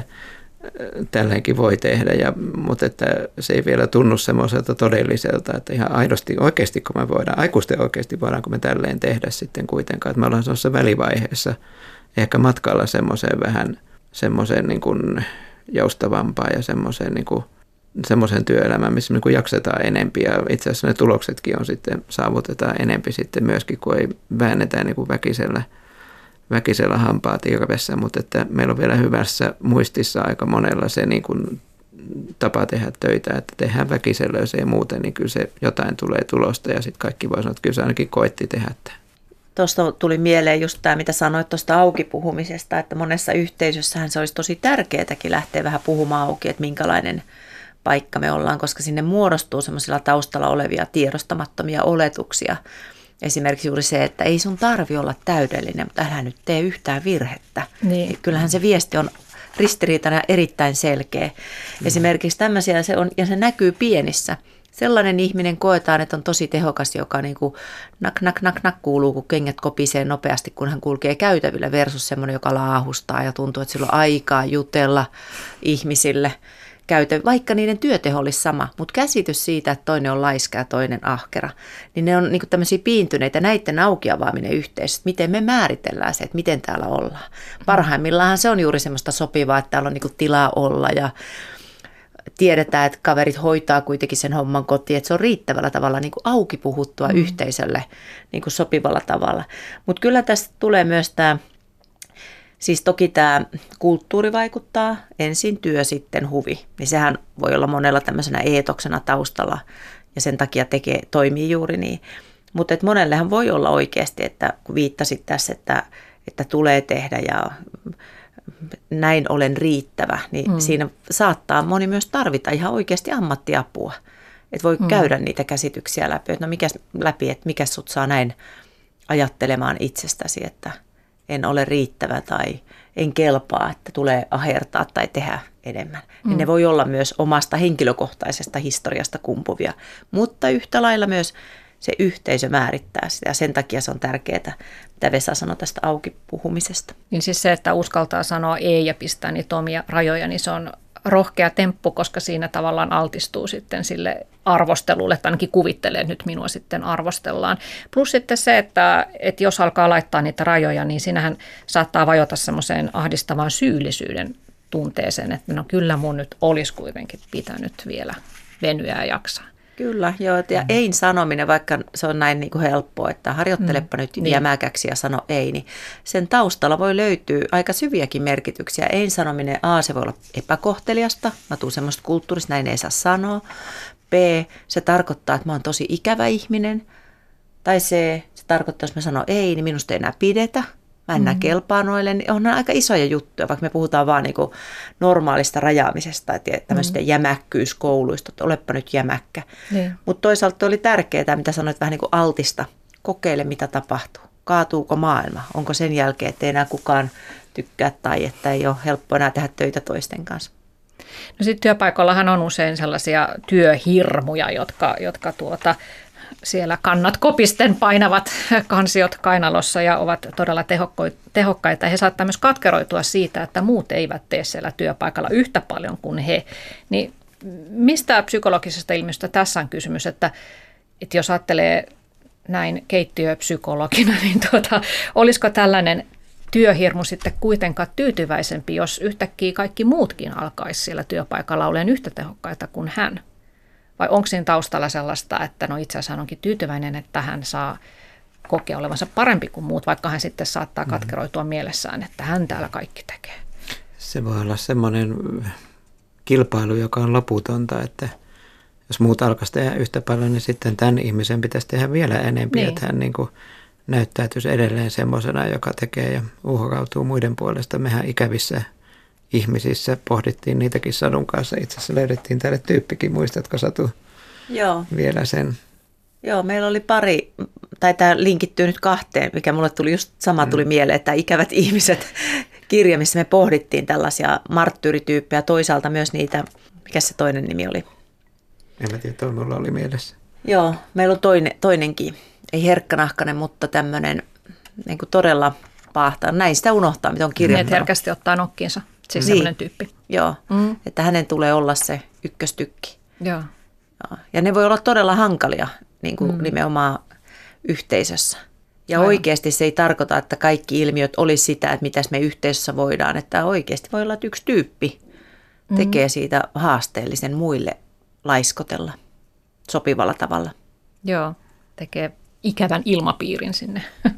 tälleenkin voi tehdä, ja, mutta että se ei vielä tunnu semmoiselta todelliselta, että ihan aidosti, oikeasti kun me voidaan, aikuisten oikeasti voidaanko me tälleen tehdä sitten kuitenkaan, että me ollaan semmoisessa välivaiheessa ehkä matkalla semmoiseen vähän semmoiseen niin kuin joustavampaa ja semmoiseen niin kuin semmoisen työelämään, missä niin kuin jaksetaan enempi ja itse asiassa ne tuloksetkin on sitten, saavutetaan enempi sitten myöskin, kun ei väännetä niin kuin väkisellä, väkisellä hampaat irvessä, mutta että meillä on vielä hyvässä muistissa aika monella se niin kuin tapa tehdä töitä, että tehdään väkisellä, jos ei muuten, niin kyllä se jotain tulee tulosta ja sitten kaikki voi sanoa, että kyllä se ainakin koetti tehdä tämä. Tuosta tuli mieleen just tämä, mitä sanoit tuosta aukipuhumisesta, että monessa yhteisössähän se olisi tosi tärkeääkin lähteä vähän puhumaan auki, että minkälainen paikka me ollaan, koska sinne muodostuu semmoisilla taustalla olevia tiedostamattomia oletuksia. Esimerkiksi juuri se, että ei sun tarvi olla täydellinen, mutta älä nyt tee yhtään virhettä. Niin. Kyllähän se viesti on ristiriitana erittäin selkeä. Mm. Esimerkiksi tämmöisiä se on, ja se näkyy pienissä. Sellainen ihminen koetaan, että on tosi tehokas, joka niin kuin nak, nak, nak, nak kuuluu, kun kengät kopisee nopeasti, kun hän kulkee käytävillä versus semmoinen, joka laahustaa ja tuntuu, että sillä on aikaa jutella ihmisille. Käytä, vaikka niiden työteho olisi sama, mutta käsitys siitä, että toinen on laiska ja toinen ahkera, niin ne on niin kuin tämmöisiä piintyneitä näiden aukiavaaminen yhteisössä, miten me määritellään se, että miten täällä ollaan. Parhaimmillaan se on juuri semmoista sopivaa, että täällä on niin kuin tilaa olla ja tiedetään, että kaverit hoitaa kuitenkin sen homman kotiin, että se on riittävällä tavalla niin kuin auki puhuttua mm. yhteisölle niin kuin sopivalla tavalla. Mutta kyllä tästä tulee myös tämä, siis toki tämä kulttuuri vaikuttaa, ensin työ, sitten huvi. Niin sehän voi olla monella tämmöisenä eetoksena taustalla ja sen takia tekee, toimii juuri niin. Mutta monellehan voi olla oikeasti, että kun viittasit tässä, että, että tulee tehdä ja näin olen riittävä, niin mm. siinä saattaa moni myös tarvita ihan oikeasti ammattiapua. Että voi mm. käydä niitä käsityksiä läpi, että no mikäs, läpi, että mikä sut saa näin ajattelemaan itsestäsi, että en ole riittävä tai en kelpaa, että tulee ahertaa tai tehdä enemmän. Mm. Niin ne voi olla myös omasta henkilökohtaisesta historiasta kumpuvia, mutta yhtä lailla myös se yhteisö määrittää sitä ja sen takia se on tärkeää, mitä Vesa sanoi tästä auki puhumisesta. Niin siis se, että uskaltaa sanoa ei ja pistää niitä omia rajoja, niin se on rohkea temppu, koska siinä tavallaan altistuu sitten sille arvostelulle, että ainakin kuvittelee, että nyt minua sitten arvostellaan. Plus sitten se, että, että jos alkaa laittaa niitä rajoja, niin siinähän saattaa vajota semmoiseen ahdistavaan syyllisyyden tunteeseen, että no kyllä mun nyt olisi kuitenkin pitänyt vielä venyä ja jaksaa. Kyllä, joo. Ja mm. ei sanominen, vaikka se on näin niin kuin helppoa, että harjoittelepa mm. nyt niin. jämäkäksi ja sano ei, niin sen taustalla voi löytyä aika syviäkin merkityksiä. Ei sanominen, A, se voi olla epäkohteliasta, mä tuun semmoista kulttuurista, näin ei saa sanoa. B, se tarkoittaa, että mä oon tosi ikävä ihminen. Tai C, se tarkoittaa, jos mä sanon ei, niin minusta ei enää pidetä. Mä en mm. näe kelpaa noille, niin on nämä aika isoja juttuja, vaikka me puhutaan vaan niin kuin normaalista rajaamisesta, että tämmöistä mm. jämäkkyyskouluista, että olepa nyt jämäkkä. Mm. Mutta toisaalta oli tärkeää, mitä sanoit, vähän niin kuin altista. Kokeile, mitä tapahtuu. Kaatuuko maailma? Onko sen jälkeen, että ei enää kukaan tykkää tai että ei ole helppo enää tehdä töitä toisten kanssa? No sitten työpaikallahan on usein sellaisia työhirmuja, jotka, jotka tuota... siellä kannat kopisten painavat kansiot kainalossa ja ovat todella tehokkaita. He saattavat myös katkeroitua siitä, että muut eivät tee siellä työpaikalla yhtä paljon kuin he. Niin mistä psykologisesta ilmiöstä tässä on kysymys, että, että jos ajattelee näin keittiöpsykologina, niin tuota, olisiko tällainen työhirmu sitten kuitenkaan tyytyväisempi, jos yhtäkkiä kaikki muutkin alkaisi siellä työpaikalla olemaan yhtä tehokkaita kuin hän? Vai onko siinä taustalla sellaista, että no itse asiassa hän onkin tyytyväinen, että hän saa kokea olevansa parempi kuin muut, vaikka hän sitten saattaa katkeroitua mielessään, että hän täällä kaikki tekee? Se voi olla semmoinen kilpailu, joka on loputonta, että jos muut alkaisi tehdä yhtä paljon, niin sitten tämän ihmisen pitäisi tehdä vielä enemmän, niin. Että hän niin kuin näyttäytyisi edelleen semmoisena, joka tekee ja uhkautuu muiden puolesta. Mehän ikävissä ihmisissä pohdittiin niitäkin Sadun kanssa. Itse asiassa löydettiin tälle tyyppikin, muistatko Satu? Joo. Vielä sen? Joo, meillä oli pari, tai tämä linkittyy nyt kahteen, mikä mulle tuli just sama tuli mm. mieleen, että ikävät ihmiset kirja, missä me pohdittiin tällaisia marttyyrityyppejä, toisaalta myös niitä, mikä se toinen nimi oli? En mä tiedä, toi mulla oli mielessä. Joo, meillä on toinen, toinenkin, ei herkkanahkainen, mutta tämmöinen niin kuin todella paahtaa. Näin sitä unohtaa, mitä on kirjoittanut. Niin, herkästi ottaa nokkiinsa, siis niin. Semmoinen tyyppi. Joo, mm. että hänen tulee olla se ykköstykki. Joo. Ja ne voi olla todella hankalia niin kuin mm. nimenomaan yhteisössä. Ja aivan. Oikeasti se ei tarkoita, että kaikki ilmiöt olisi sitä, että mitäs me yhteisössä voidaan. Että oikeasti voi olla, että yksi tyyppi mm. tekee siitä haasteellisen muille laiskotella sopivalla tavalla. Joo, tekee ikävän ilmapiirin sinne.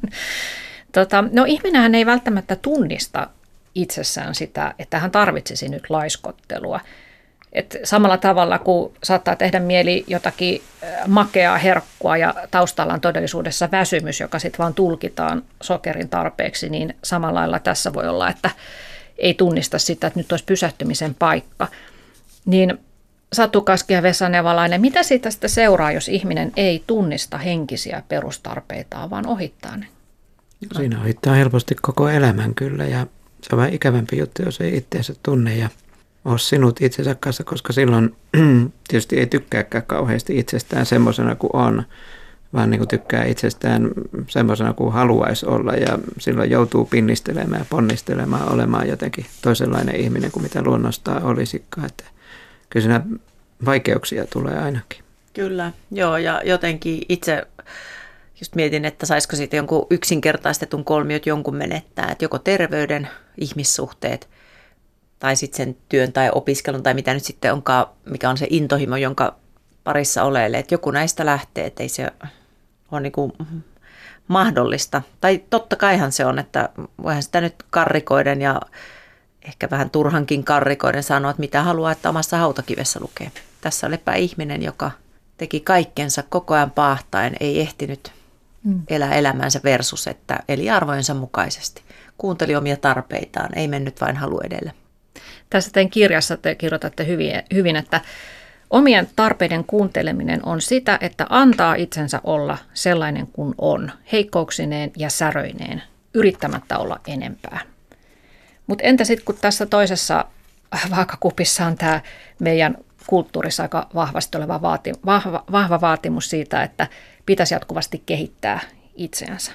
tota, no ihminenhän ei välttämättä tunnista itsessään sitä, että hän tarvitsisi nyt laiskottelua. Et samalla tavalla, kun saattaa tehdä mieli jotakin makeaa herkkua ja taustalla on todellisuudessa väsymys, joka sitten vaan tulkitaan sokerin tarpeeksi, niin samalla lailla tässä voi olla, että ei tunnista sitä, että nyt olisi pysähtymisen paikka. Niin Satu Kaski ja Vesa Nevalainen, mitä siitä sitten seuraa, jos ihminen ei tunnista henkisiä perustarpeitaan, vaan ohittaa ne? Siinä ohittaa helposti koko elämän kyllä ja se on vähän ikävämpi juttu, jos ei itseänsä tunne ja ole sinut itsensä kanssa, koska silloin tietysti ei tykkääkään kauheasti itsestään semmoisena kuin on, vaan niin kuin tykkää itsestään semmoisena kuin haluaisi olla ja silloin joutuu pinnistelemään ja ponnistelemaan olemaan jotenkin toisenlainen ihminen kuin mitä luonnostaan olisikaan. Että kyllä siinä vaikeuksia tulee ainakin. Kyllä, joo ja jotenkin itse just mietin, että saisiko siitä jonkun yksinkertaistetun kolmiot jonkun menettää, että joko terveyden, ihmissuhteet tai sitten sen työn tai opiskelun tai mitä nyt sitten onkaan, mikä on se intohimo, jonka parissa oleille, että joku näistä lähtee, että ei se ole niin kuin mahdollista. Tai totta kaihan se on, että voihan sitä nyt karrikoiden ja ehkä vähän turhankin karrikoiden sanoa, että mitä haluaa, että omassa hautakivessä lukee. Tässä on lepää ihminen, joka teki kaikkensa koko ajan paahtaen, ei ehtinyt mm. elää elämänsä versus, että eli arvojensa mukaisesti. Kuunteli omia tarpeitaan, ei mennyt vain halu edellä. Tässä teidän kirjassa te kirjoitatte hyvin, hyvin, että omien tarpeiden kuunteleminen on sitä, että antaa itsensä olla sellainen kuin on, heikkouksineen ja säröineen, yrittämättä olla enempää. Mutta entä sitten, kun tässä toisessa vaakakupissa on tämä meidän kulttuurissa aika vahvasti oleva vaati, vahva, vahva vaatimus siitä, että pitäisi jatkuvasti kehittää itseänsä.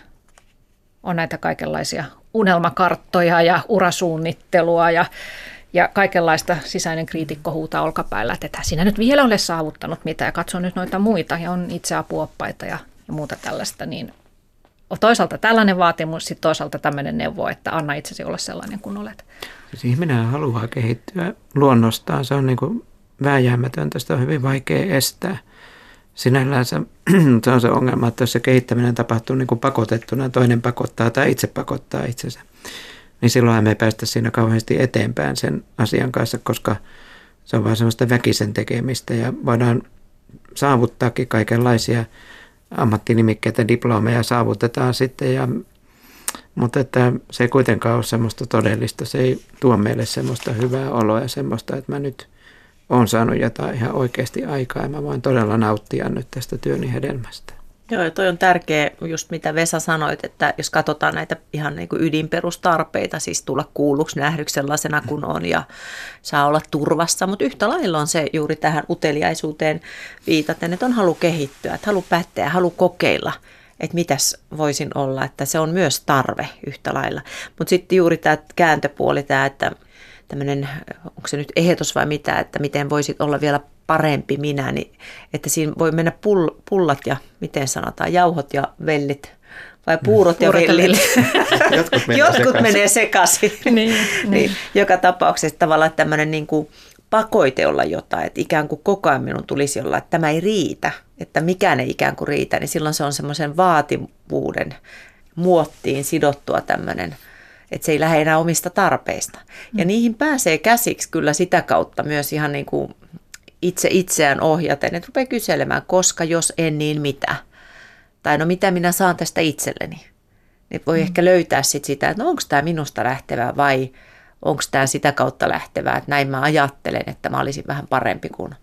On näitä kaikenlaisia unelmakarttoja ja urasuunnittelua ja, ja kaikenlaista sisäinen kriitikko huutaa olkapäillä, että et sinä nyt vielä ole saavuttanut mitään ja katso nyt noita muita ja on itseapuoppaita ja, ja muuta tällaista. Niin on toisaalta tällainen vaatimus, sitten toisaalta tämmöinen neuvo, että anna itsesi olla sellainen kuin olet. Siis ihminen haluaa kehittyä luonnostaan, se on niin kuin vääjäämätöntä, sitä on hyvin vaikea estää. Sinällään se, se on se ongelma, että jos se kehittäminen tapahtuu niin kuin pakotettuna, toinen pakottaa tai itse pakottaa itsensä, niin silloin me ei päästä siinä kauheasti eteenpäin sen asian kanssa, koska se on vaan semmoista väkisen tekemistä ja voidaan saavuttaakin kaikenlaisia ammattinimikkeitä, diplomeja saavutetaan sitten, ja, mutta että se ei kuitenkaan ole semmoista todellista, se ei tuo meille semmoista hyvää oloa ja semmoista, että mä nyt olen saanut jotain ihan oikeasti aikaa ja mä voin todella nauttia nyt tästä työni hedelmästä. Joo, ja toi on tärkeä, just mitä Vesa sanoit, että jos katsotaan näitä ihan niin kuin ydinperustarpeita, siis tulla kuulluksi, nähdyksi sellaisena kuin on ja saa olla turvassa, mutta yhtä lailla on se juuri tähän uteliaisuuteen viitaten, että on halu kehittyä, että halu päättää, halu kokeilla, että mitäs voisin olla, että se on myös tarve yhtä lailla. Mutta sitten juuri tämä kääntöpuoli, tämä, että tämmöinen, onko se nyt ehdotus vai mitä, että miten voisit olla vielä parempi minä, niin että siinä voi mennä pull, pullat ja miten sanotaan, jauhot ja vellit vai puurot mm. ja Puurot vellit. Jotkut menee Jotkut sekaisin. menee sekaisin. niin, niin. niin, joka tapauksessa tavallaan tämmöinen niin kuin pakoite olla jotain, että ikään kuin koko ajan minun tulisi olla, että tämä ei riitä, että mikään ei ikään kuin riitä, niin silloin se on semmoisen vaativuuden muottiin sidottua tämmöinen, että se ei lähde enää omista tarpeista. Ja niihin pääsee käsiksi kyllä sitä kautta myös ihan niin kuin itse itseään ohjaten, että rupeaa kyselemään, koska jos en, niin mitä? Tai no mitä minä saan tästä itselleni? Niin voi mm. ehkä löytää sit sitä, että no onko tämä minusta lähtevää vai onko tämä sitä kautta lähtevää, että näin mä ajattelen, että mä olisin vähän parempi kuin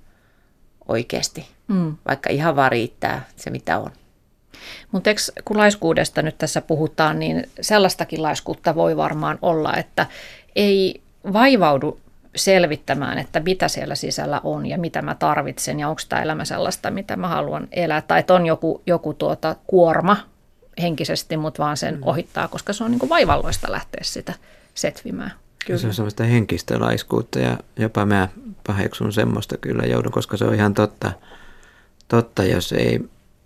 oikeasti, mm. vaikka ihan vaan riittää se mitä on. Mutta kun laiskuudesta nyt tässä puhutaan, niin sellaistakin laiskuutta voi varmaan olla, että ei vaivaudu selvittämään, että mitä siellä sisällä on ja mitä mä tarvitsen ja onko tämä elämä sellaista, mitä mä haluan elää. Tai että on joku, joku tuota kuorma henkisesti, mutta vaan sen ohittaa, koska se on niin kuin vaivalloista lähteä sitä setvimään. Kyllä. Se on semmoista henkistä laiskuutta ja jopa mä paheksun semmoista kyllä joudun, koska se on ihan totta, totta jos ei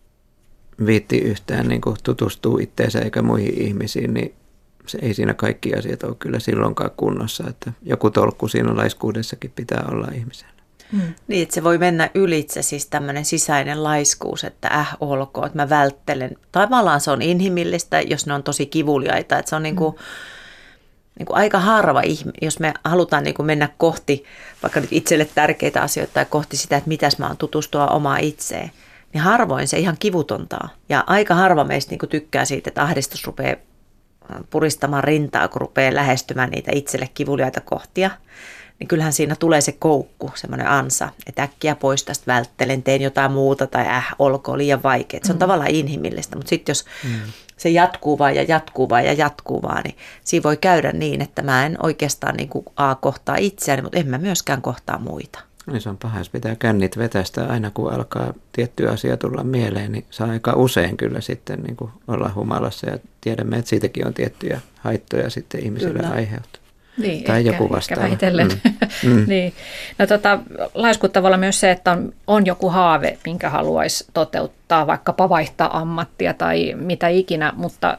viitti yhtään niin kuin tutustuu itteensä eikä muihin ihmisiin, niin se ei siinä kaikki asiat ole kyllä silloinkaan kunnossa, että joku tolkku siinä laiskuudessakin pitää olla ihmisellä. Hmm. Niin, että se voi mennä ylitse, siis tämmöinen sisäinen laiskuus, että äh olkoon, että mä välttelen. Tavallaan se on inhimillistä, jos ne on tosi kivuliaita, että se on niin kuin, hmm. niin kuin aika harva ihminen, jos me halutaan niin kuin mennä kohti vaikka nyt itselle tärkeitä asioita tai kohti sitä, että mitäs mä oon tutustua omaa itseen, niin harvoin se ihan kivutontaa. Ja aika harva meistä niin kuin tykkää siitä, että ahdistus rupeaa puristamaan rintaa, kun rupeaa lähestymään niitä itselle kivuliaita kohtia, niin kyllähän siinä tulee se koukku, semmoinen ansa, että äkkiä pois tästä välttelen, teen jotain muuta tai äh, olkoon liian vaikea. Se on mm. tavallaan inhimillistä, mutta sitten jos mm. se jatkuu vaan ja jatkuu vaan ja jatkuu vaan, niin siinä voi käydä niin, että mä en oikeastaan niin kuin A kohtaa itseäni, mutta en mä myöskään kohtaa muita. Niin se on paha, jos pitää kännit vetästä aina kun alkaa tietty asia tulla mieleen, niin saa aika usein kyllä sitten niin kuin olla humalassa ja tiedämme, että siitäkin on tiettyjä haittoja sitten ihmisille kyllä aiheutuu. Niin, tai ehkä, joku vastaava. Ehkä vähitellen. Mm. Mm. niin. No tota, laiskuttavalla myös se, että on, on joku haave, minkä haluaisi toteuttaa, vaikkapa vaihtaa ammattia tai mitä ikinä, mutta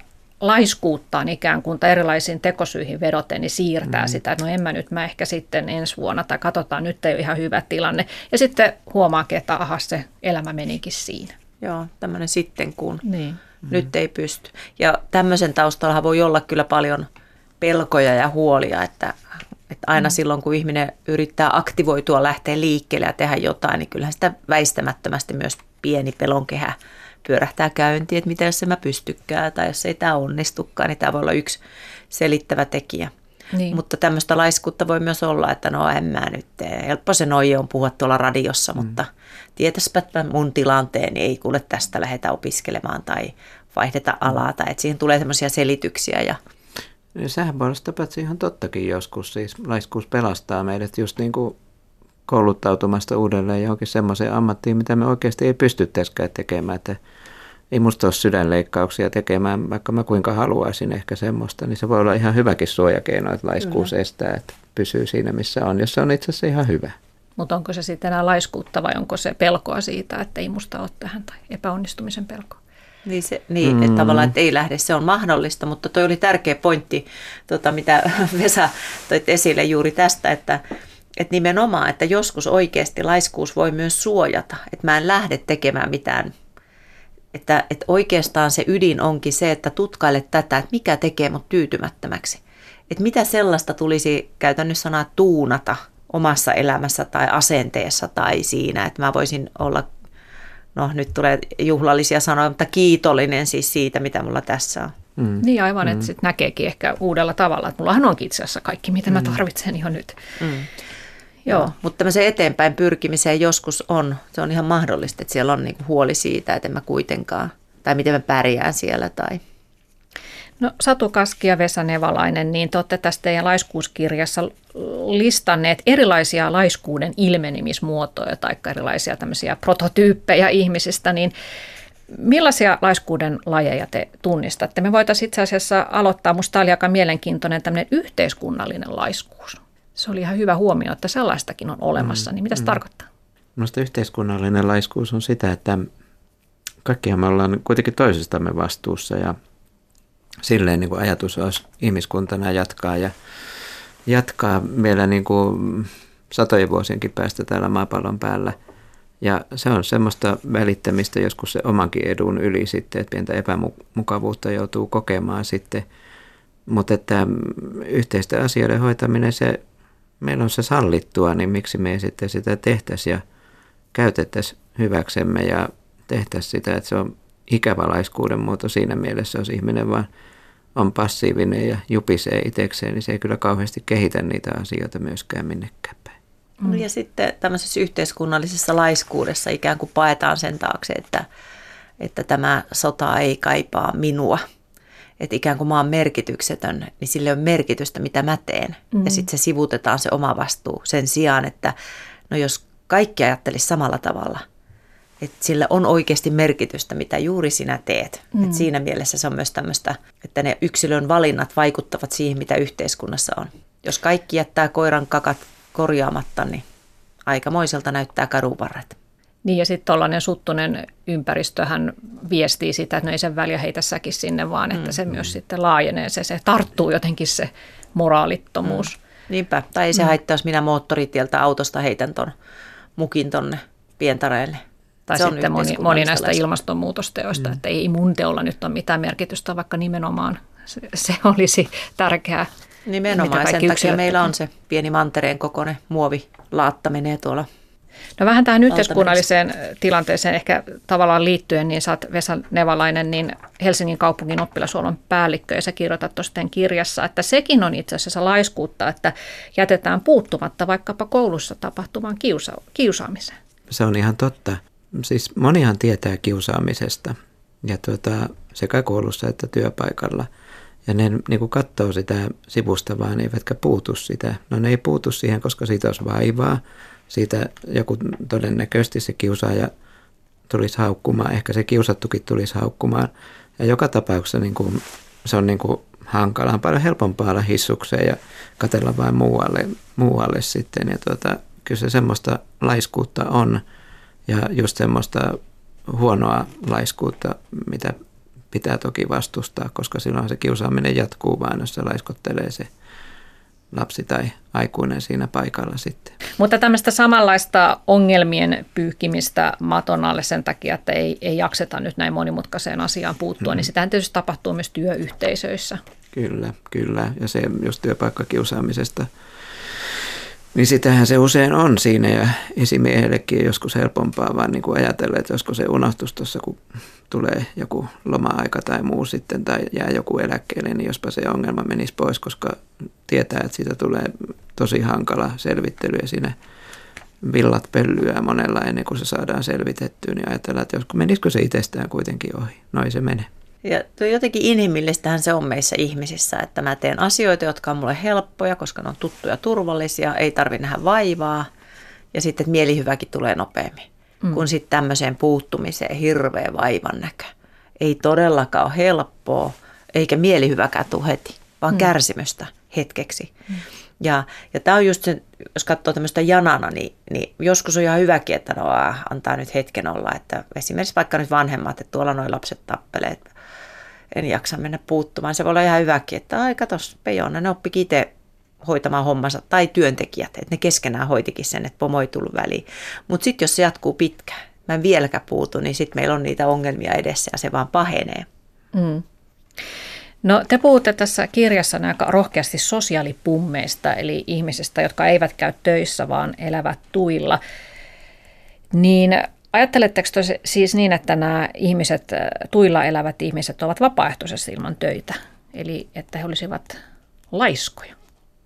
laiskuuttaan ikään kuin tai erilaisiin tekosyihin vedoten, niin siirtää mm. sitä, että no en mä nyt, mä ehkä sitten ensi vuonna tai katsotaan, nyt ei ole ihan hyvä tilanne. Ja sitten huomaakin, että aha, se elämä menikin siinä. Joo, tämmöinen sitten kun niin. nyt ei pysty. Ja tämmöisen taustalla voi olla kyllä paljon pelkoja ja huolia, että, että aina mm. silloin kun ihminen yrittää aktivoitua, lähteä liikkeelle ja tehdä jotain, niin kyllähän sitä väistämättömästi myös pieni pelonkehä pyörähtää käyntiin, että mitä jos en mä pystykään tai jos ei tämä onnistukaan, niin tämä voi olla yksi selittävä tekijä. Niin. Mutta tämmöistä laiskuutta voi myös olla, että no en mä nyt tee. Helppo se noin on puhua tuolla radiossa, mm. mutta tietäspä mun tilanteen, niin ei kuule tästä lähdetä opiskelemaan tai vaihdeta alaa tai että siihen tulee semmoisia selityksiä. Ja ja sehän puolesta paitsi ihan tottakin joskus, siis laiskuus pelastaa meidät just niin kuin kouluttautumasta uudelleen johonkin semmoiseen ammattiin, mitä me oikeasti ei pystyttäisikään tekemään, että ei musta ole sydänleikkauksia tekemään, vaikka mä kuinka haluaisin ehkä semmoista, niin se voi olla ihan hyväkin suojakeino, että laiskuus Kyllä. estää, että pysyy siinä missä on, jos se on itse asiassa ihan hyvä. Mutta onko se sitten enää laiskuutta vai onko se pelkoa siitä, että ei musta ole tähän tai epäonnistumisen pelkoa? Niin, se, niin mm. että tavallaan, että ei lähde, se on mahdollista, mutta toi oli tärkeä pointti, tota, mitä Vesa toit esille juuri tästä, että Että nimenomaan, että joskus oikeasti laiskuus voi myös suojata, että mä en lähde tekemään mitään. Että, että oikeastaan se ydin onkin se, että tutkaile tätä, että mikä tekee mut tyytymättömäksi. Että mitä sellaista tulisi käytännössä sanaa tuunata omassa elämässä tai asenteessa tai siinä, että mä voisin olla, no nyt tulee juhlallisia sanoja, mutta kiitollinen siis siitä, mitä mulla tässä on. Mm. Niin aivan, mm. että sitten näkeekin ehkä uudella tavalla, että mullahan onkin itse asiassa kaikki, mitä mm. mä tarvitsen jo nyt. Mm. Joo, Joo, mutta tämmöiseen eteenpäin pyrkimiseen joskus on, se on ihan mahdollista, että siellä on niinku huoli siitä, että en mä kuitenkaan, tai miten mä pärjään siellä. Tai. No Satu Kaski ja Vesa Nevalainen, niin te olette tässä teidän laiskuuskirjassa listanneet erilaisia laiskuuden ilmenemismuotoja tai erilaisia tämmöisiä prototyyppejä ihmisistä, niin millaisia laiskuuden lajeja te tunnistatte? Me voitaisiin itse asiassa aloittaa, musta oli aika mielenkiintoinen tämmöinen yhteiskunnallinen laiskuus. Se oli ihan hyvä huomio, että sellaistakin on olemassa. Niin mitä se mm. tarkoittaa? Minusta yhteiskunnallinen laiskuus on sitä, että kaikkihan me ollaan kuitenkin toisistamme vastuussa ja silleen niin kuin ajatus olisi ihmiskuntana jatkaa ja jatkaa vielä niin kuin satojen vuosienkin päästä täällä maapallon päällä. Ja se on semmoista välittämistä joskus se omankin edun yli sitten, että pientä epämukavuutta joutuu kokemaan sitten. Mutta että yhteisten asioiden hoitaminen, se, meillä on se sallittua, niin miksi me ei sitten sitä tehtäisi ja käytettäisiin hyväksemme ja tehtäisiin sitä, että se on ikävä laiskuuden muoto siinä mielessä, jos ihminen vaan on passiivinen ja jupisee itsekseen, niin se ei kyllä kauheasti kehitä niitä asioita myöskään minnekään päin. Mm. Ja sitten tämmöisessä yhteiskunnallisessa laiskuudessa ikään kuin paetaan sen taakse, että, että tämä sota ei kaipaa minua. Että ikään kuin mä oon merkityksetön, niin sille on merkitystä, mitä mä teen. Mm. Ja sitten se sivutetaan se oma vastuu sen sijaan, että no jos kaikki ajattelisi samalla tavalla, että sillä on oikeasti merkitystä, mitä juuri sinä teet. Mm. Että siinä mielessä se on myös tämmöistä, että ne yksilön valinnat vaikuttavat siihen, mitä yhteiskunnassa on. Jos kaikki jättää koiran kakat korjaamatta, niin aikamoiselta näyttää kadunvarret. Niin ja sitten tuollainen suttunen ympäristöhän viestii sitä, että no ei sen väliä heitä säkin sinne, vaan että mm. se myös sitten laajenee, se, se tarttuu jotenkin se moraalittomuus. Mm. Niinpä, tai ei se mm. haittaa, jos minä moottoritieltä autosta heitän ton mukin tonne pientareelle. Tai se sitten moni, moni näistä ilmastonmuutosteoista, mm. että ei mun teolla nyt ole mitään merkitystä, vaikka nimenomaan se, se olisi tärkeää. Nimenomaan, sen takia meillä on se pieni mantereen kokoinen muovilaatta menee tuolla. No vähän tähän yhteiskunnalliseen tilanteeseen ehkä tavallaan liittyen, niin sä oot Vesa Nevalainen, niin Helsingin kaupungin oppilashuollon päällikkö, ja sä kirjoitat tuossa kirjassa, että sekin on itse asiassa laiskuutta, että jätetään puuttumatta vaikkapa koulussa tapahtuvaan kiusa- kiusaamiseen. Se on ihan totta. Siis monihan tietää kiusaamisesta, ja tuota, sekä koulussa että työpaikalla. Ja ne niin kuin katsoo sitä sivusta vaan, eivätkä puutu sitä. No ne ei puutu siihen, koska siitä olisi vaivaa. Siitä joku todennäköisesti se kiusaaja tulisi haukkumaan, ehkä se kiusattukin tulisi haukkumaan. Ja joka tapauksessa niin kuin, se on niin kuin hankalaa, paljon helpompaa olla hissukseen ja katsella vain muualle, muualle sitten. Ja tuota, kyllä se semmoista laiskuutta on ja just semmoista huonoa laiskuutta, mitä pitää toki vastustaa, koska silloin se kiusaaminen jatkuu vaan, jos se laiskottelee se lapsi tai aikuinen siinä paikalla sitten. Mutta tämmöistä samanlaista ongelmien pyyhkimistä maton alle sen takia, että ei, ei jakseta nyt näin monimutkaiseen asiaan puuttua, hmm. niin sitähän tietysti tapahtuu myös työyhteisöissä. Kyllä, kyllä. Ja se just työpaikkakiusaamisesta, niin sitähän se usein on siinä ja esimiehellekin joskus helpompaa vaan niin kuin ajatella, että josko se unohtus tuossa, kun tulee joku loma-aika tai muu sitten tai jää joku eläkkeelle, niin jospa se ongelma menisi pois, koska tietää, että siitä tulee tosi hankala selvittely ja siinä villat pöllyää monella ennen kuin se saadaan selvitettyä, niin ajatellaan, että joskus menisikö se itsestään kuitenkin ohi. Noin se menee. Ja jotenkin inhimillistähän se on meissä ihmisissä, että mä teen asioita, jotka on mulle helppoja, koska ne on tuttuja ja turvallisia, ei tarvitse nähdä vaivaa ja sitten, että mielihyväkin tulee nopeammin. Mm. Kun sitten tämmöiseen puuttumiseen hirveä vaivan näkö. Ei todellakaan ole helppoa, eikä mielihyväkään tule heti, vaan mm. kärsimystä hetkeksi. Mm. Ja, ja tämä on just se, jos katsoo tämmöistä janana, niin, niin joskus on ihan hyväkin, että no antaa nyt hetken olla. Että esimerkiksi vaikka nyt vanhemmat, että tuolla noi lapset tappelee, en jaksa mennä puuttumaan. Se voi olla ihan hyväkin, että ai katos, Peijona, ne oppikin itse hoitamaan hommansa, tai työntekijät, että ne keskenään hoitikin sen, että pomo ei tullut väliin. Mutta sitten jos se jatkuu pitkään, mä en vieläkään puutu, niin sitten meillä on niitä ongelmia edessä ja se vaan pahenee. Mm. No te puhutte tässä kirjassa aika rohkeasti sosiaalipummeista, eli ihmisistä, jotka eivät käy töissä, vaan elävät tuilla. Niin ajatteletteko te siis niin, että nämä ihmiset, tuilla elävät ihmiset ovat vapaaehtoisesti ilman töitä, eli että he olisivat laiskoja?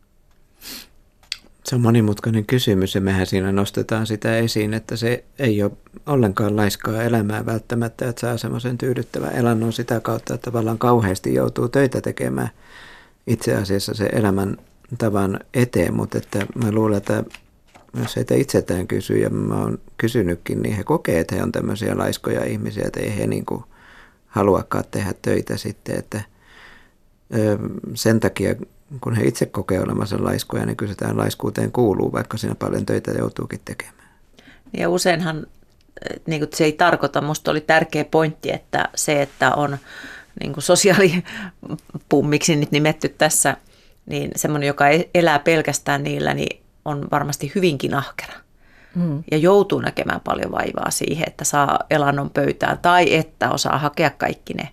Se on monimutkainen kysymys ja mehän siinä nostetaan sitä esiin, että se ei ole ollenkaan laiskaa elämää välttämättä, että saa semmoisen tyydyttävän elannon sitä kautta, että tavallaan kauheasti joutuu töitä tekemään itse asiassa se elämäntavan eteen, mutta että mä luulen, että jos heitä itseltään kysyy ja mä oon kysynytkin, niin he kokee, että he on tämmöisiä laiskoja ihmisiä, että ei he niin kuin haluakaan tehdä töitä sitten, että sen takia kun he itse kokee olemansa laiskoja, niin kyllä se tähän laiskuuteen kuuluu, vaikka siinä paljon töitä joutuukin tekemään. Ja useinhan niin kuin se ei tarkoita, musta oli tärkeä pointti, että se, että on niin kuin sosiaalipummiksi nyt nimetty tässä, niin semmoinen, joka elää pelkästään niillä, niin on varmasti hyvinkin ahkera. Mm. Ja joutuu näkemään paljon vaivaa siihen, että saa elannon pöytään tai että osaa hakea kaikki ne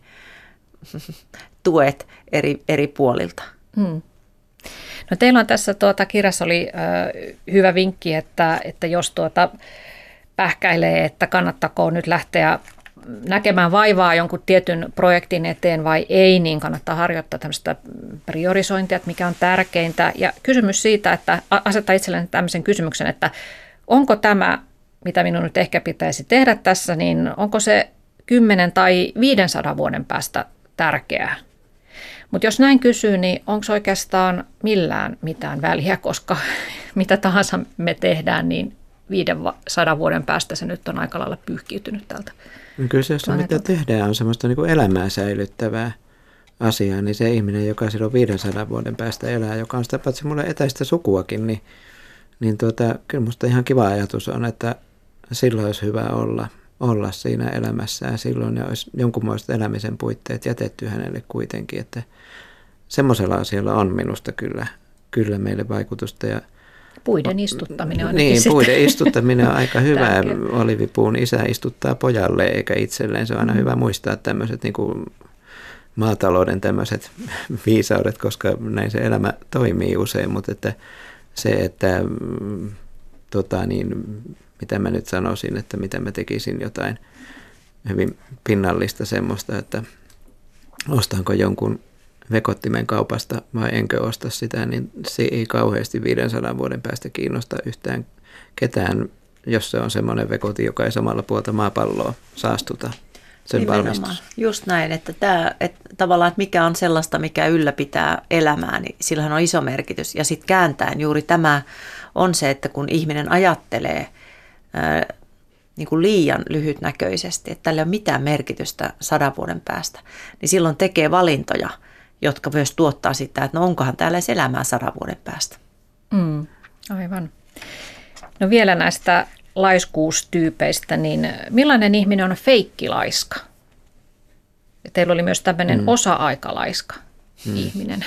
tuet eri, eri puolilta. Hmm. No teillä on tässä tuota, kirjassa oli ö, hyvä vinkki, että, että jos tuota, pähkäilee, että kannattaako nyt lähteä näkemään vaivaa jonkun tietyn projektin eteen vai ei, niin kannattaa harjoittaa tämmöistä priorisointia, että mikä on tärkeintä. Ja kysymys siitä, että asettaa itselleen tämmöisen kysymyksen, että onko tämä, mitä minun nyt ehkä pitäisi tehdä tässä, niin onko se kymmenen tai viisisataa vuoden päästä tärkeää? Mutta jos näin kysyy, niin onko oikeastaan millään mitään väliä, koska mitä tahansa me tehdään, niin viisisataa vuoden päästä se nyt on aika lailla pyyhkiytynyt tältä. No kyllä se, mitä tehdään, on semmoista niin kuin elämää säilyttävää asiaa, niin se ihminen, joka silloin viisisataa vuoden päästä elää, joka on sitä paitsi mulle etäistä sukuakin, niin, niin tuota, kyllä musta ihan kiva ajatus on, että silloin olisi hyvä olla. olla siinä elämässään silloin ja olisi jonkunmoiset elämisen puitteet jätetty hänelle kuitenkin, että semmoisella asialla on minusta kyllä, kyllä meille vaikutusta. Ja puiden istuttaminen on Niin, puiden istuttaminen on aika hyvä. Olivipuun isä istuttaa pojalle eikä itselleen. Se on aina mm. hyvä muistaa tämmöiset niin kuin maatalouden tämmöiset viisaudet, koska näin se elämä toimii usein, mutta että se, että tota niin, mitä mä nyt sanoisin, että mitä mä tekisin jotain hyvin pinnallista semmoista, että ostanko jonkun vekottimen kaupasta vai enkö osta sitä, niin se ei kauheasti viisisataa vuoden päästä kiinnosta yhtään ketään, jos se on semmoinen vekotin, joka ei samalla puolta maapalloa saastuta sen valmistus. Just näin, että, tämä, että tavallaan, että mikä on sellaista, mikä ylläpitää elämää, niin sillähän on iso merkitys. Ja sitten kääntäen juuri tämä on se, että kun ihminen ajattelee ää, niin kuin liian lyhytnäköisesti, että tällä ei ole mitään merkitystä sadan vuoden päästä, niin silloin tekee valintoja, jotka myös tuottaa sitä, että no onkohan täällä edes elämää sadan vuoden päästä. Mm, aivan. No vielä näistä laiskuustyypeistä, niin millainen ihminen on feikkilaiska? Teillä oli myös tämmöinen Mm. osa-aikalaiska Mm. ihminen.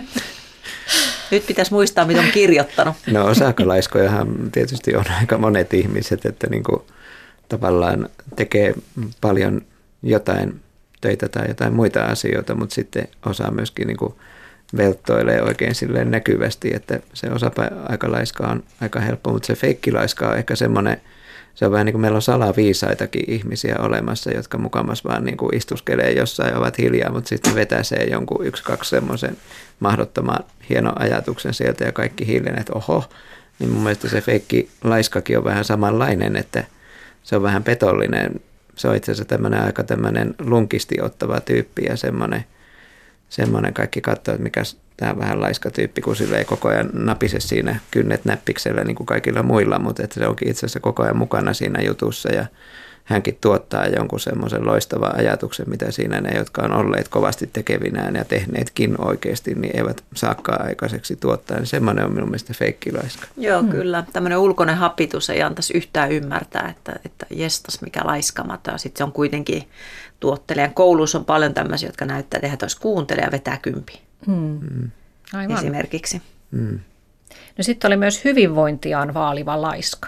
Nyt pitäisi muistaa, mitä on kirjoittanut. No osa-aikalaiskojahan tietysti on aika monet ihmiset, että niin kuin tavallaan tekee paljon jotain töitä tai jotain muita asioita, mutta sitten osaa myöskin niin kuin velttoilee oikein silleen näkyvästi, että se osa-aikalaiska on aika helppo, mutta se feikkilaiska on ehkä semmoinen, se on vähän niin kuin meillä on salaviisaitakin ihmisiä olemassa, jotka mukamas vaan niin kuin istuskelee jossain ja ovat hiljaa, mutta sitten vetäsee jonkun yksi, kaksi semmoisen mahdottoman hienon ajatuksen sieltä ja kaikki hiljaa, että oho, niin mun mielestä se feikkilaiskakin on vähän samanlainen, että se on vähän petollinen. Se on itse asiassa tämmöinen aika tämmöinen lunkisti ottava tyyppi ja semmoinen, semmoinen kaikki katsoo, että mikä tämä vähän laiska tyyppi, kun sille ei koko ajan napise siinä kynnet näppiksellä niin kuin kaikilla muilla, mutta että se onkin itse asiassa koko ajan mukana siinä jutussa ja hänkin tuottaa jonkun semmoisen loistavan ajatuksen, mitä siinä ne, jotka on olleet kovasti tekevinään ja tehneetkin oikeasti, niin eivät saakaan aikaiseksi tuottaa. Niin semmoinen on minun mielestä feikkilaiska. Joo, hmm. kyllä. Tämmöinen ulkoinen hapitus ei antaisi yhtään ymmärtää, että, että jestas mikä laiskamaton. Sitten se on kuitenkin tuottelijan. Koulussa on paljon tämmöisiä, jotka näyttää tehdä tois kuuntelija ja vetää kympi. Hmm. Hmm. Aivan. Esimerkiksi. Hmm. No sitten oli myös hyvinvointiaan vaaliva laiska.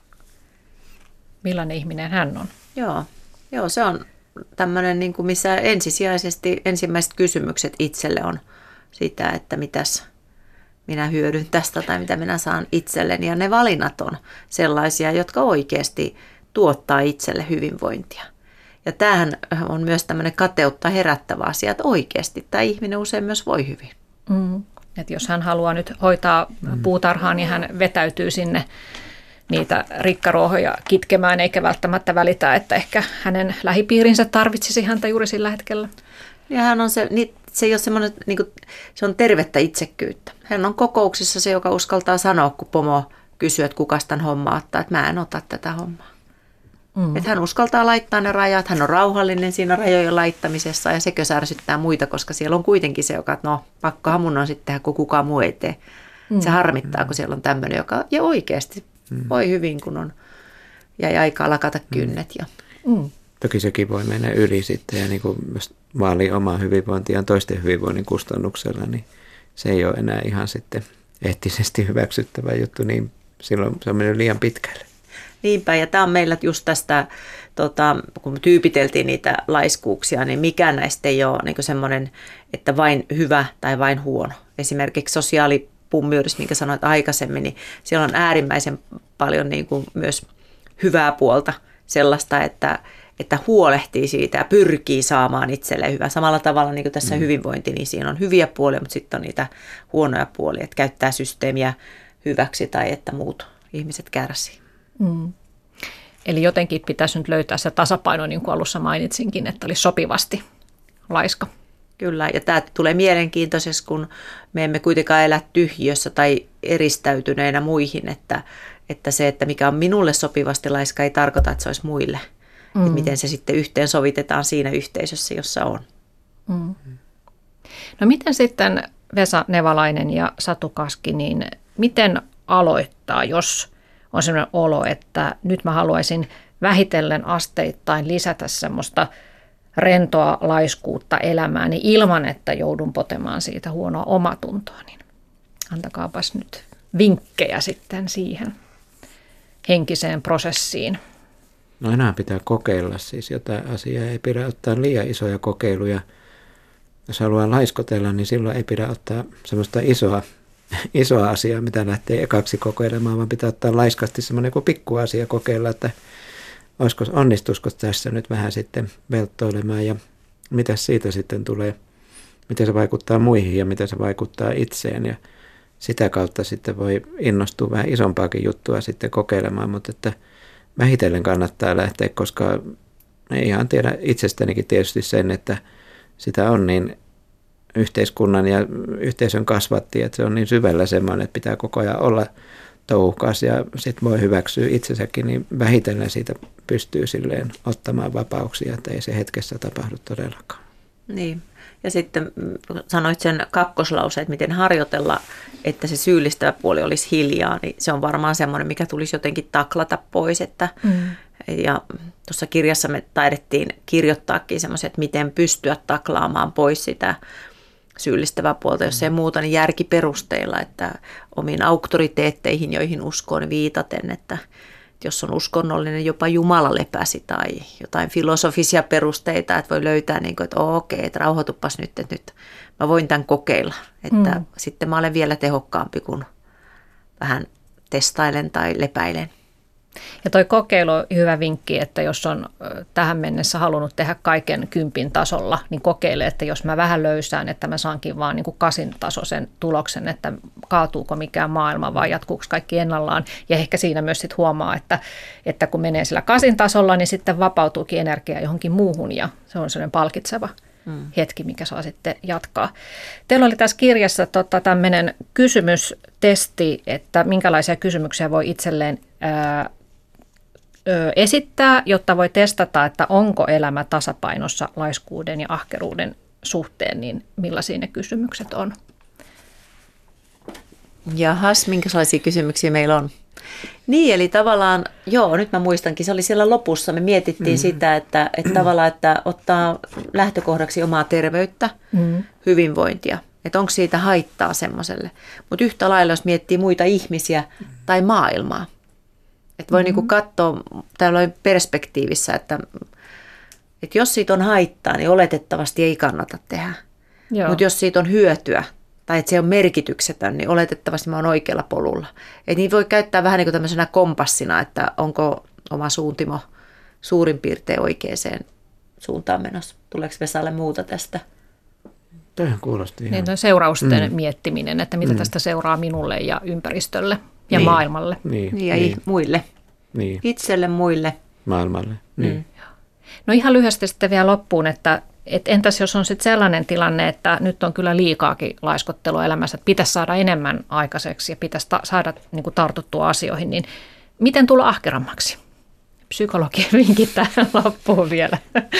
Millainen ihminen hän on? Joo, Joo se on tämmöinen, niin kuin missä ensisijaisesti ensimmäiset kysymykset itselle on sitä, että mitäs minä hyödyn tästä tai mitä minä saan itselleni. Ja ne valinnat on sellaisia, jotka oikeasti tuottaa itselle hyvinvointia. Ja tämähän on myös tämmöinen kateutta herättävä asia, että oikeasti tämä ihminen usein myös voi hyvin. Mm. Että jos hän haluaa nyt hoitaa puutarhaa, niin hän vetäytyy sinne niitä rikkaruohoja kitkemään, eikä välttämättä välitä, että ehkä hänen lähipiirinsä tarvitsisi häntä juuri sillä hetkellä. Ja hän on se, se ei ole semmoinen, niin kuin, se on tervettä itsekkyyttä. Hän on kokouksissa se, joka uskaltaa sanoa, kun pomo kysyy, että kuka tämän hommaa ottaa, että mä en ota tätä hommaa. Mm. Että hän uskaltaa laittaa ne rajat, hän on rauhallinen siinä rajojen laittamisessa ja sekö särsyttää muita, koska siellä on kuitenkin se, joka, että no pakkohan mun on sitten tehdä, kun kukaan muu ei tee. Mm. Se harmittaa, kun siellä on tämmöinen, joka ja oikeasti mm. voi hyvin, kun on jäi aikaa lakata kynnet. Ja. Mm. Toki sekin voi mennä yli sitten ja niin kuin vaalii omaa hyvinvointiaan toisten hyvinvoinnin kustannuksella, niin se ei ole enää ihan sitten eettisesti hyväksyttävä juttu, niin silloin se on mennyt liian pitkälle. Niinpä, ja tämä on meillä just tästä, tota, kun tyypiteltiin niitä laiskuuksia, niin mikään näistä ei ole niin semmoinen, että vain hyvä tai vain huono. Esimerkiksi sosiaalipummiudessa, minkä sanoit aikaisemmin, niin siellä on äärimmäisen paljon niin kuin myös hyvää puolta sellaista, että, että huolehtii siitä ja pyrkii saamaan itselleen hyvää. Samalla tavalla niin kuin tässä mm. hyvinvointi, niin siinä on hyviä puolia, mutta sitten on niitä huonoja puolia, että käyttää systeemiä hyväksi tai että muut ihmiset kärsii. Mm. Eli jotenkin pitäisi nyt löytää se tasapaino, niin kuin alussa mainitsinkin, että olisi sopivasti laiska. Kyllä, ja tämä tulee mielenkiintoisesti, kun me emme kuitenkaan elä tyhjiössä tai eristäytyneenä muihin, että, että se, että mikä on minulle sopivasti laiska, ei tarkoita, että se olisi muille. Mm. Että miten se sitten yhteen sovitetaan siinä yhteisössä, jossa on. Mm. No miten sitten Vesa Nevalainen ja Satu Kaski, niin miten aloittaa, jos on sellainen olo, että nyt mä haluaisin vähitellen asteittain lisätä semmoista rentoa laiskuutta elämääni ilman, että joudun potemaan siitä huonoa omatuntoa. Niin antakaapas nyt vinkkejä sitten siihen henkiseen prosessiin. No enää pitää kokeilla siis jotain asiaa. Ei pidä ottaa liian isoja kokeiluja. Jos haluaa laiskotella, niin silloin ei pidä ottaa semmoista isoa isoa asiaa, mitä lähtee ekaksi kokeilemaan, vaan pitää ottaa laiskasti semmoinen joku pikku asia kokeilla, että olisiko, onnistuisiko tässä nyt vähän sitten velttoilemaan ja mitä siitä sitten tulee, miten se vaikuttaa muihin ja miten se vaikuttaa itseen ja sitä kautta sitten voi innostua vähän isompaakin juttua sitten kokeilemaan, mutta että vähitellen kannattaa lähteä, koska ei ihan tiedä itsestänikin tietysti sen, että sitä on niin yhteiskunnan ja yhteisön kasvatti, että se on niin syvällä semmoinen, että pitää koko ajan olla touhukas ja sitten voi hyväksyä itsensäkin, niin vähitellen siitä pystyy silleen ottamaan vapauksia, että ei se hetkessä tapahdu todellakaan. Niin, ja sitten sanoit sen kakkoslauseen, että miten harjoitella, että se syyllistävä puoli olisi hiljaa, niin se on varmaan semmoinen, mikä tulisi jotenkin taklata pois, että, mm. Ja tuossa kirjassa me taidettiin kirjoittaakin semmoisia, että miten pystyä taklaamaan pois sitä syyllistävää puolta, jos ei muuta, niin järkiperusteilla, että omiin auktoriteetteihin, joihin uskoon viitaten, että jos on uskonnollinen, jopa Jumala lepäsi tai jotain filosofisia perusteita, että voi löytää, niin kuin, että oh, okei, okay, että rauhoitupas nyt, että nyt mä voin tämän kokeilla, että mm. sitten mä olen vielä tehokkaampi, kun vähän testailen tai lepäilen. Ja toi kokeilu on hyvä vinkki, että jos on tähän mennessä halunnut tehdä kaiken kympin tasolla, niin kokeile, että jos mä vähän löysään, että mä saankin vaan niin kuin kasin tasoisen tuloksen, että kaatuuko mikään maailma vai jatkuuko kaikki ennallaan. Ja ehkä siinä myös sit huomaa, että, että kun menee sillä kasin tasolla, niin sitten vapautuukin energia johonkin muuhun ja se on sellainen palkitseva mm. hetki, mikä saa sitten jatkaa. Teillä oli tässä kirjassa tota, tämmöinen kysymystesti, että minkälaisia kysymyksiä voi itselleen ää, esittää, jotta voi testata, että onko elämä tasapainossa laiskuuden ja ahkeruuden suhteen, niin millaisia ne kysymykset on? Jahas, minkälaisia kysymyksiä meillä on? Niin, eli tavallaan, joo, nyt mä muistankin, se oli siellä lopussa, me mietittiin mm. sitä, että, että tavallaan, että ottaa lähtökohdaksi omaa terveyttä, mm. hyvinvointia, että onko siitä haittaa semmoiselle. Mutta yhtä lailla, jos miettii muita ihmisiä tai maailmaa, että voi mm-hmm. niinku katsoa tällöin perspektiivissä, että, että jos siitä on haittaa, niin oletettavasti ei kannata tehdä. Mutta jos siitä on hyötyä tai että se on merkityksetön, niin oletettavasti mä oon oikealla polulla. Että niin voi käyttää vähän niin kuin tämmöisenä kompassina, että onko oma suuntimo suurin piirtein oikeaan suuntaan menossa. Tuleeko Vesalle muuta tästä? Tähän kuulosti ihan. Niin, seurausten mm. miettiminen, että mitä mm. tästä seuraa minulle ja ympäristölle. Ja niin. maailmalle. Niin, niin ja niin. muille. Niin. Itselle, muille. Maailmalle. Niin. Mm. No ihan lyhyesti sitten vielä loppuun, että et entäs jos on sitten sellainen tilanne, että nyt on kyllä liikaakin laiskottelua elämässä, että pitäisi saada enemmän aikaiseksi ja pitäisi ta- saada niin kuin tartuttua asioihin, niin miten tulla ahkerammaksi? Psykologien vinkit tähän loppuun vielä.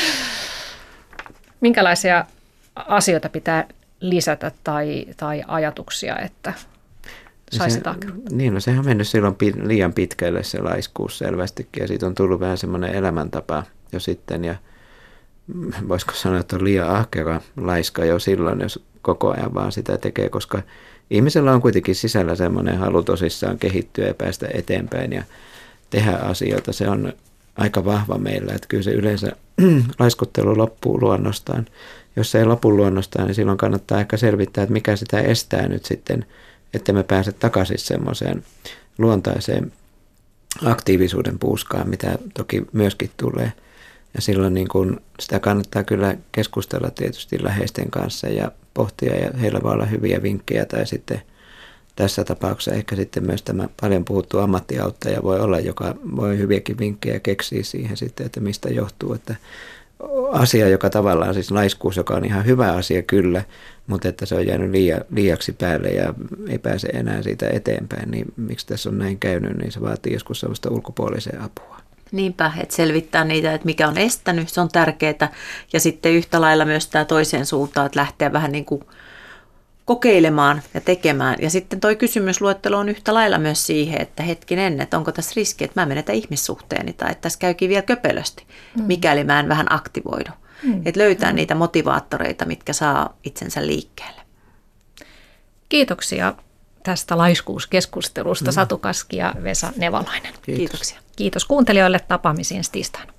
Minkälaisia asioita pitää lisätä tai, tai ajatuksia, että saisi ahkeruutta? Niin, no sehän on mennyt silloin liian pitkälle se laiskuus selvästikin ja siitä on tullut vähän semmoinen elämäntapa jo sitten ja voisiko sanoa, että on liian ahkera laiska jo silloin, jos koko ajan vaan sitä tekee, koska ihmisellä on kuitenkin sisällä semmoinen halu tosissaan kehittyä ja päästä eteenpäin ja tehdä asioita. Se on aika vahva meillä, että kyllä se yleensä laiskottelu loppuu luonnostaan. Jos se ei lopu luonnostaan, niin silloin kannattaa ehkä selvittää, että mikä sitä estää nyt sitten, että me pääse takaisin semmoiseen luontaiseen aktiivisuuden puuskaan, mitä toki myöskin tulee. Ja silloin niin kun sitä kannattaa kyllä keskustella tietysti läheisten kanssa ja pohtia, ja heillä voi olla hyviä vinkkejä, tai sitten tässä tapauksessa ehkä sitten myös tämä paljon puhuttu ammattiauttaja voi olla, joka voi hyviäkin vinkkejä keksiä siihen sitten, että mistä johtuu, että asia, joka tavallaan siis laiskuus, joka on ihan hyvä asia kyllä, mutta että se on jäänyt liia, liiaksi päälle ja ei pääse enää siitä eteenpäin, niin miksi tässä on näin käynyt, niin se vaatii joskus sellaista ulkopuoliseen apua. Niinpä, että selvittää niitä, että mikä on estänyt, se on tärkeää. Ja sitten yhtä lailla myös tämä toiseen suuntaan, että lähteä vähän niin kuin kokeilemaan ja tekemään. Ja sitten toi kysymysluettelo on yhtä lailla myös siihen, että hetkinen, että onko tässä riski, että mä menetän ihmissuhteeni tai että tässä käykin vielä köpelösti, mm. mikäli mä en vähän aktivoidu. Mm. Että löytää mm. niitä motivaattoreita, mitkä saa itsensä liikkeelle. Kiitoksia tästä laiskuuskeskustelusta, mm. Satu Kaski ja Vesa Nevalainen. Kiitos. Kiitoksia. Kiitos kuuntelijoille, tapaamisiin tiistaina.